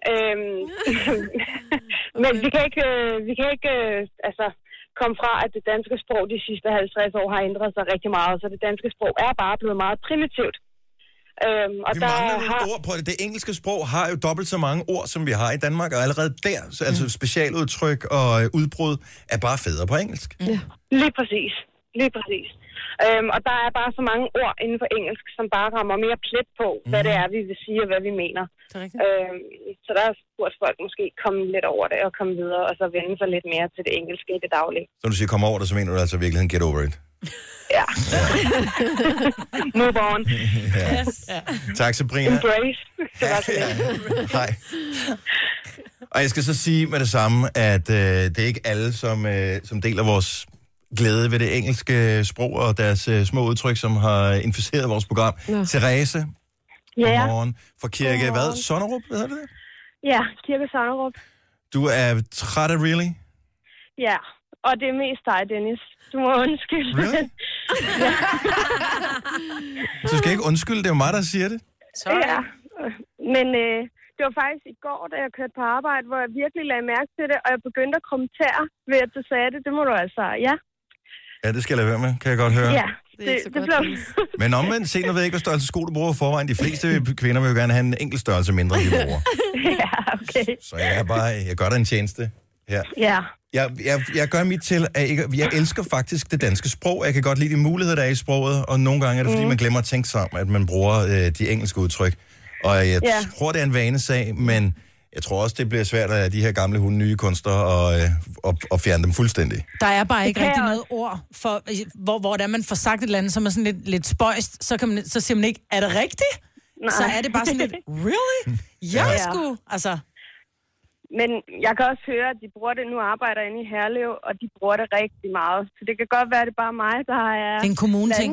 Men vi kan ikke komme fra, at det danske sprog de sidste 50 år har ændret sig rigtig meget, så det danske sprog er bare blevet meget primitivt. Og vi mangler nogle ord på det. Det engelske sprog har jo dobbelt så mange ord, som vi har i Danmark, og allerede der, altså specialudtryk og udbrud, er bare federe på engelsk. Ja. Lige præcis. Og der er bare så mange ord inden for engelsk, som bare rammer mere plet på, hvad det er, vi vil sige, og hvad vi mener. Så der burde folk måske komme lidt over det og komme videre, og så vende sig lidt mere til det engelske i det daglige. Så du siger, kom over det, så mener du altså i virkeligheden get over it. Ja. Move on. Ja. Tak, Sabrina. Embrace. Hej. Og jeg skal så sige med det samme, at det er ikke alle, som deler vores glæde ved det engelske sprog og deres små udtryk, som har inficeret vores program. Ja. Therese, godmorgen. Fra Kirke, hvad? Sonnerup, hvad hedder det? Ja, Kirke Sonnerup. Du er træt af really? Ja, og det er mest dig, Dennis. Du må undskylde. Really? Ja. Du skal ikke undskylde, det er jo mig, der siger det. Sorry. Ja, men det var faktisk i går, da jeg kørte på arbejde, hvor jeg virkelig lagde mærke til det, og jeg begyndte at kommentere ved, at du sagde det. Det må du altså, ja. Ja, det skal jeg lade være med, kan jeg godt høre. Ja, det blev... Men omvendt set, nu ved jeg ikke, hvad størrelse sko du bruger forvejen. De fleste kvinder vil jo gerne have en enkelt størrelse mindre, end de bruger. Ja, okay. Så jeg gør dig en tjeneste her. Ja. Jeg gør mit til, at jeg elsker faktisk det danske sprog. Jeg kan godt lide de muligheder, der er i sproget, og nogle gange er det, fordi man glemmer at tænke sammen, at man bruger de engelske udtryk. Og jeg tror, det er en vanesag, men jeg tror også, det bliver svært at de her gamle hunde nye kunstnere og fjerne dem fuldstændig. Der er bare ikke rigtig noget ord, for, hvor man får sagt et eller andet, som er sådan lidt spøjst, så siger man ikke, er det rigtigt? Nej. Så er det bare sådan lidt, really? Ja, sgu. Altså. Men jeg kan også høre, at de bruger det, nu arbejder inde i Herlev, og de bruger det rigtig meget. Så det kan godt være, at det er bare mig, der er... Det er en kommune-ting.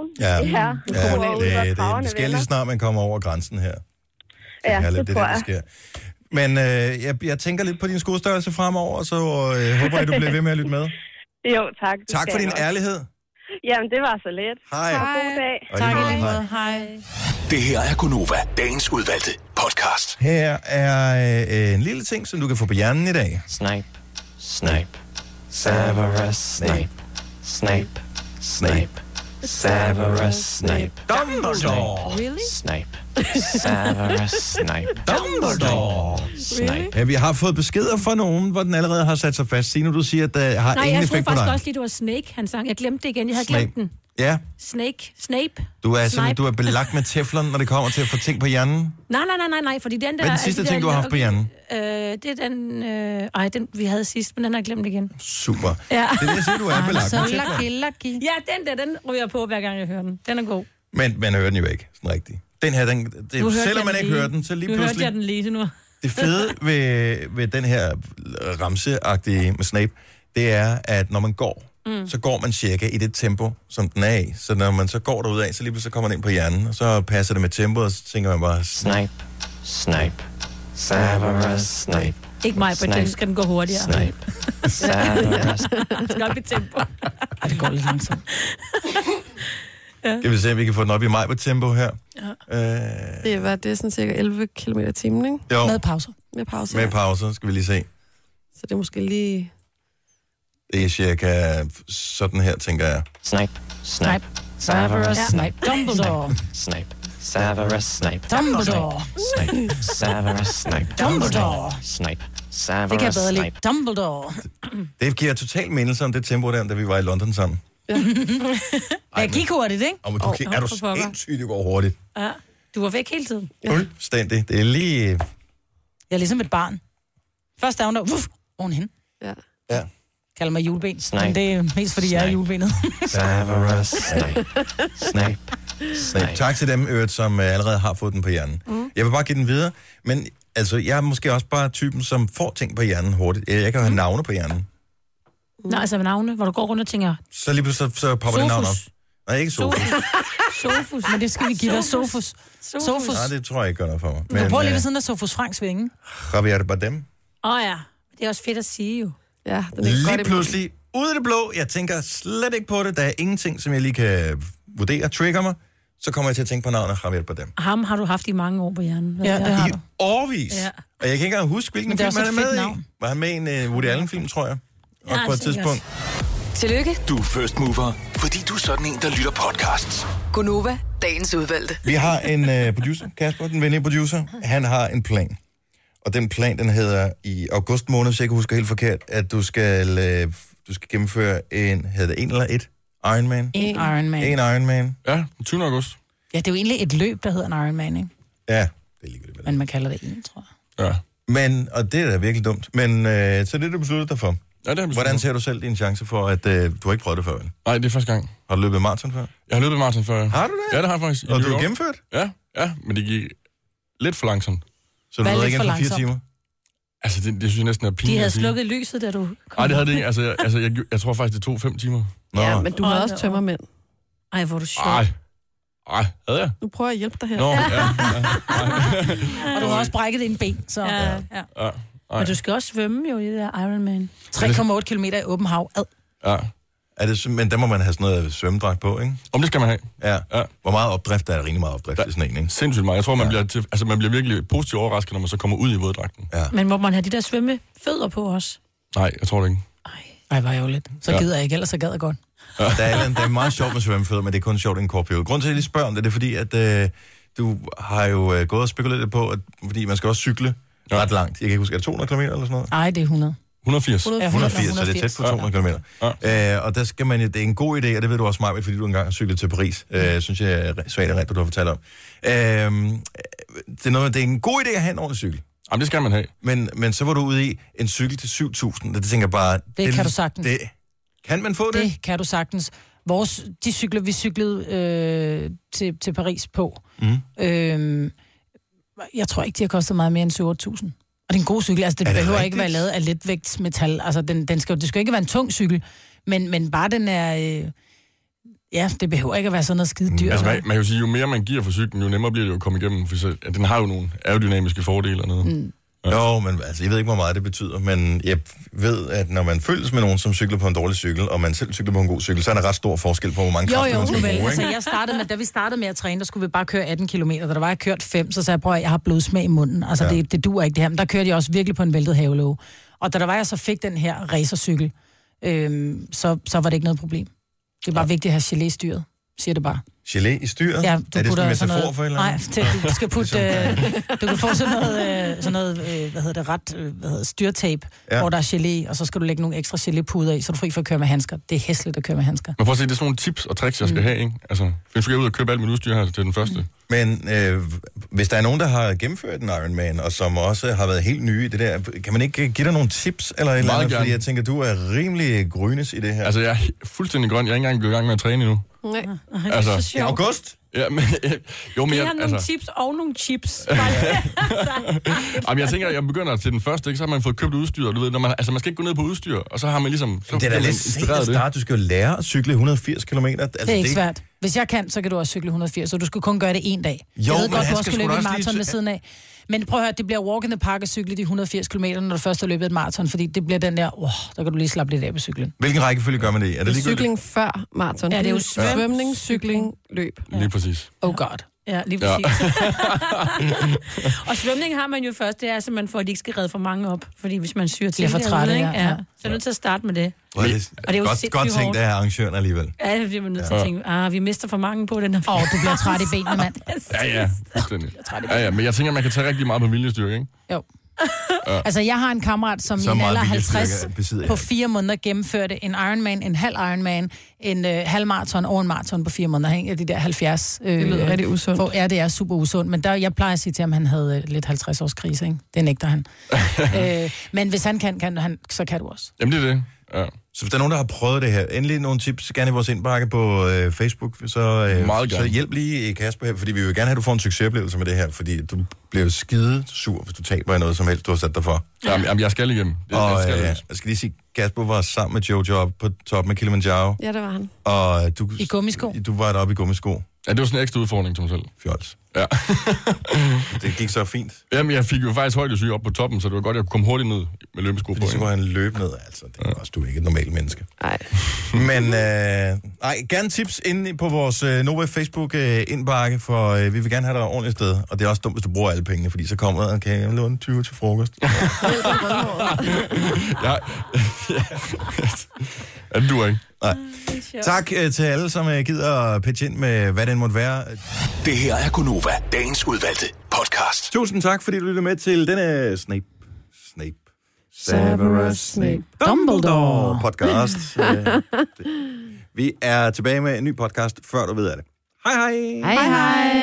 Det sker lige snart, man kommer over grænsen her. Ja, Herlev, det tror jeg. Det sker. Men jeg tænker lidt på din skostørrelse fremover, så håber jeg, du bliver ved med at lytte med. Jo, tak. Tak for din ærlighed. Jamen, det var så let. Hej. God dag. Tak i lige måde. Hej. Det her er Gonova, dagens udvalgte podcast. Her er en lille ting, som du kan få på hjernen i dag. Snipe, snipe, Severus Snape, Snape, Snape, Severus Snape. Dumbledore! Really? Snape, Severus Snape. Dumbledore! Snape. Ja, vi har fået beskeder fra nogen, hvor den allerede har sat sig fast. Signe, du siger, at der har ingen effekt på dig. Nej, jeg troede faktisk også lige, det var Snake, han sang. Jeg glemte det igen. Jeg havde glemt den. Ja. Snape. Du er belagt med teflon, når det kommer til at få ting på hjernen. Nej, fordi den der... Hvad er den sidste ting, du har haft på hjernen? Det er den, vi havde sidst, men den har jeg glemt igen. Super. Ja. Det er det, jeg siger, du er belagt med teflon. Ja, den ryger på, hver gang jeg hører den. Den er god. Men man hører den jo ikke, sådan rigtigt. Den her, selvom man ikke hører den, så lige pludselig... Nu hørte jeg den lige nu. Det fede ved den her ramseagtige med Snape, det er, at når man går, så går man cirka i det tempo, som den er i. Så når man så går derudad, så lige pludselig kommer den ind på hjernen, og så passer det med tempoet, og så tænker man bare... Snipe, snipe, Severus Snape. Ikke mig, på den skal den gå hurtigere. Snipe, Severus. Skal op i tempo. Det går lidt langsomt. Ja. Skal vi se, om vi kan få den op i mig på tempo her? Ja. Det er sådan cirka 11 km i timen, ikke? Jo. Med pauser. Med pauser, skal vi lige se. Så det er måske lige... Det er cirka sådan her, tænker jeg. Snipe, snipe, Severus Snape. Dumbledore. Snipe, Severus Snape. Dumbledore. Snipe, Severus Snape. Dumbledore. Snipe, Severus Det kan jeg bedre lide. Snape. Dumbledore. Det giver totalt mindelse om det tempo der, da vi var i London sammen. Jeg gik hurtigt, ikke? Men du er du sindssygt, det går hurtigt. Ja, du var væk hele tiden. Fuldstændig. Det er lige... Jeg er ligesom et barn. Først er hun der, oven hen. Ja. Kalder mig juleben, men det er mest fordi jeg er julebenet. Severus Snape. Snape. Tak til dem, som allerede har fået den på hjernen. Jeg vil bare give den videre, men altså, jeg er måske også bare typen, som får ting på hjernen hurtigt. Jeg kan have navne på hjernen. Nej, altså navne, hvor du går rundt og tænker... Så lige pludselig så popper det navn op. Nej, ikke Sofus. Sofus. Men det skal vi give dig, Sofus. Nej, det tror jeg ikke gør noget for mig. Men, du bor lige ved siden af Sofus Franks vinge. Javier Bardem. Ja, det er også fedt at sige jo. Ja, lige pludselig Ude i det blå, jeg tænker slet ikke på det. Der er ingenting, som jeg lige kan vurdere, trigger mig. Så kommer jeg til at tænke på navnet Javier Bardem. Ham har du haft i mange år på hjernen. Ja, det har I du. årvis. Ja. Og jeg kan ikke engang huske, hvilken film han er med i. Var han med i en Woody Allen-film, tror jeg? Og på et tidspunkt. Tillykke. Du er first mover, fordi du er sådan en, der lytter podcasts. Gunova, dagens udvalgte. Vi har en producer, Kasper, den venlige producer. Han har en plan. Og den plan, den hedder i august måned, så jeg kan huske helt forkert, at du skal gennemføre hedder det en eller et? Ironman? En Ironman. En Ironman. Ja, 20. august. Ja, det er jo egentlig et løb, der hedder en Ironman, ikke? Ja, det er ligegyldigt. Men man kalder det en, tror jeg. Ja. Men, og det er da virkelig dumt, men så det er du besluttet dig for. Ja, det hvordan ser du selv din chance for, at du har ikke prøvet det før? Nej, det er første gang. Har du løbet maraton før? Jeg har løbet maraton før. Har du det? Ja, det har jeg faktisk. Og du har gennemført? Ja, men det gik lidt for langsomt. Så du nåede ikke inden for 4 timer? Altså, det synes jeg næsten er pinligt. De havde slukket lyset, da du kom. Nej, det havde det ikke. Altså, jeg tror faktisk, det tog 5 timer. Ja, men du havde også tømmermænd. Ej, hvor er du sjov. Ej, havde jeg? Nu prøver jeg at hjælpe dig her. Nå, ja. Og du har også brækket dine ben, så... Ja. Men du skal også svømme jo i det der Ironman. 3,8 kilometer i åben hav. Ja. Men der må man have sådan noget svømmedragt på, ikke? Om det skal man have. Ja. Hvor meget opdrift er der? Rigtig meget opdrift i sådan en, ikke? Sindssygt meget. Jeg tror, man bliver virkelig positivt overrasket, når man så kommer ud i våddragten. Ja. Men må man have de der svømmefødder på os? Nej, jeg tror det ikke. Ej, var jo lidt. Så gider jeg ikke, ellers så gad jeg godt. Ja. Der er meget sjovt med svømmefødder, men det er kun sjovt i en kort periode. Grunden til, at jeg lige spørger om det, er fordi, at du har jo gået og spekuleret på, at fordi man skal også cykle ret langt. Jeg kan ikke huske, er det 200 km eller sådan noget? Nej, det er 100. 180. 180, så det er tæt på 200 km. Ja. Og der skal man det er en god idé, og det ved du også meget, fordi du engang har cyklet til Paris. Synes jeg er svagt og rent, du har fortalt om. Det er en god idé at have en ordentlig cykel. Jamen, det skal man have. Men så var du ude i en cykel til 7.000, det tænker jeg bare... Det kan du sagtens. Kan man få det? Det kan du sagtens. De cykler, vi cyklede til Paris på. Jeg tror ikke, de har kostet meget mere end 7.000. Og det er en god cykel. Altså, det behøver rigtigt? Ikke være lavet af letvægtsmetal. Altså, det skal ikke være en tung cykel, men bare den er... det behøver ikke at være sådan noget skide dyrt. Altså, man kan jo sige, jo mere man giver for cyklen, jo nemmere bliver det jo at komme igennem, for så, den har jo nogle aerodynamiske fordele og noget. Jo, men altså, jeg ved ikke, hvor meget det betyder, men jeg ved, at når man følges med nogen, som cykler på en dårlig cykel, og man selv cykler på en god cykel, så er der ret stor forskel på, hvor mange kræfter man skal bruge, ikke? Altså, da vi startede med at træne, der skulle vi bare køre 18 km, da der var jeg kørt 5, så sagde jeg, jeg har blodsmag i munden. Altså, det duer ikke det her. Men der kørte jeg også virkelig på en væltet havelåge. Og da der var jeg så fik den her racercykel, så var det ikke noget problem. Det er bare vigtigt at have gelé i styret, siger det bare. Gelé i styret? Ja, er det sådan en metafor for et eller andet? Nej, du skal putte... du kan få sådan noget styrtape, hvor der er gelé, og så skal du lægge nogle ekstra gelépuder i, så er du fri for at køre med handsker. Det er hæsligt at køre med handsker. Men prøv at se, det er sådan nogle tips og tricks, jeg skal have, ikke? Altså, jeg skal ud og købe alt mit udstyr her til den første. Men hvis der er nogen, der har gennemført en Ironman, og som også har været helt nye i det der, kan man ikke give dig nogle tips eller et eller andet? Fordi jeg tænker, du er rimelig grynes i det her. Altså, jeg er fuldstændig grøn. Jeg er ikke engang blevet i gang med at træne endnu. Nej, altså, i august? Ja, men... Vi har nogle tips og nogle chips. Jamen, jeg tænker, jeg begynder til den første, ikke? Så har man fået købt udstyr, du ved, når man skal ikke gå ned på udstyr, og så har man ligesom... Det er da lidt sent at starte. Du skal jo lære at cykle 180 km. Altså, det er ikke svært. Hvis jeg kan, så kan du også cykle 180, så du skal kun gøre det en dag. Jo, jeg ved godt, du også skal løbe et maraton ved siden af. Men prøv at høre, det bliver walk in the park at cykle de 180 km, når du først har løbet et maraton, fordi det bliver den der, der kan du lige slappe lidt af på cyklen. Hvilken rækkefølge gør man det i? Er det cykling før maraton? Ja, det er jo svømning, cykling, løb. Lige præcis. Oh god. Ja, lige præcis. Ja. Og svømning har man jo først, det er simpelthen for, at de ikke skal redde for mange op. Fordi hvis man syrer til for trætte, ja. Så er du nødt til at starte med det. Og det er jo godt tænkt af arrangøren alligevel. Ja, det bliver man nødt til at tænke, vi mister for mange på den her. Du bliver træt i benene, mand. Ja, fuldstændig. Ja, men jeg tænker, man kan tage rigtig meget på viljestyrke, ikke? Jo. Altså, jeg har en kammerat, som i en alder 50 på 4 måneder gennemførte en Ironman, en halv Ironman, en halvmaraton og en maraton på 4 måneder. Af de der 70. Det lyder rigtig usundt. Ja, det er super usundt. Men jeg plejer at sige til ham, at han havde lidt 50-års krise, ikke? Det nægter han. Men hvis han kan, så kan du også. Jamen, det er det. Ja. Så hvis der er nogen, der har prøvet det her, endelig nogle tips, gerne i vores indbakke på Facebook, så hjælp lige Kasper her, fordi vi vil gerne have, at du får en succesoplevelse med det her, fordi du bliver skide sur, hvis du taber noget som helst, du har sat dig for. Jamen, jeg skal igennem. Jeg skal lige sige, Kasper var sammen med Jojo op på toppen af Kilimanjaro. Ja, det var han. Og du, I gummisko. Du var deroppe i gummisko. Ja, det var sådan en ekstra udfordring til mig selv. Fjols. Ja. Det gik så fint. Jamen, jeg fik jo faktisk højdesyge op på toppen, så det var godt, at jeg kunne komme hurtigt ned med løbesko på. Så kunne han løbe ned, altså. Det er også, du er ikke et normalt menneske. Nej. Men, gerne tips inde på vores Nova Facebook-indbakke, for vi vil gerne have dig et ordentligt sted. Og det er også dumt, hvis du bruger alle pengene, fordi så kommer der, okay, jeg låner 20 til frokost. Ja, det duer ikke. Nej. Tak til alle, som gider at pitche ind med, hvad det måtte være. Det her er Gunova, dagens udvalgte podcast. Tusind tak, fordi du lyttede med til denne Severus Snape Dumbledore podcast. Vi er tilbage med en ny podcast, før du ved af det. Hej hej! Hej hej!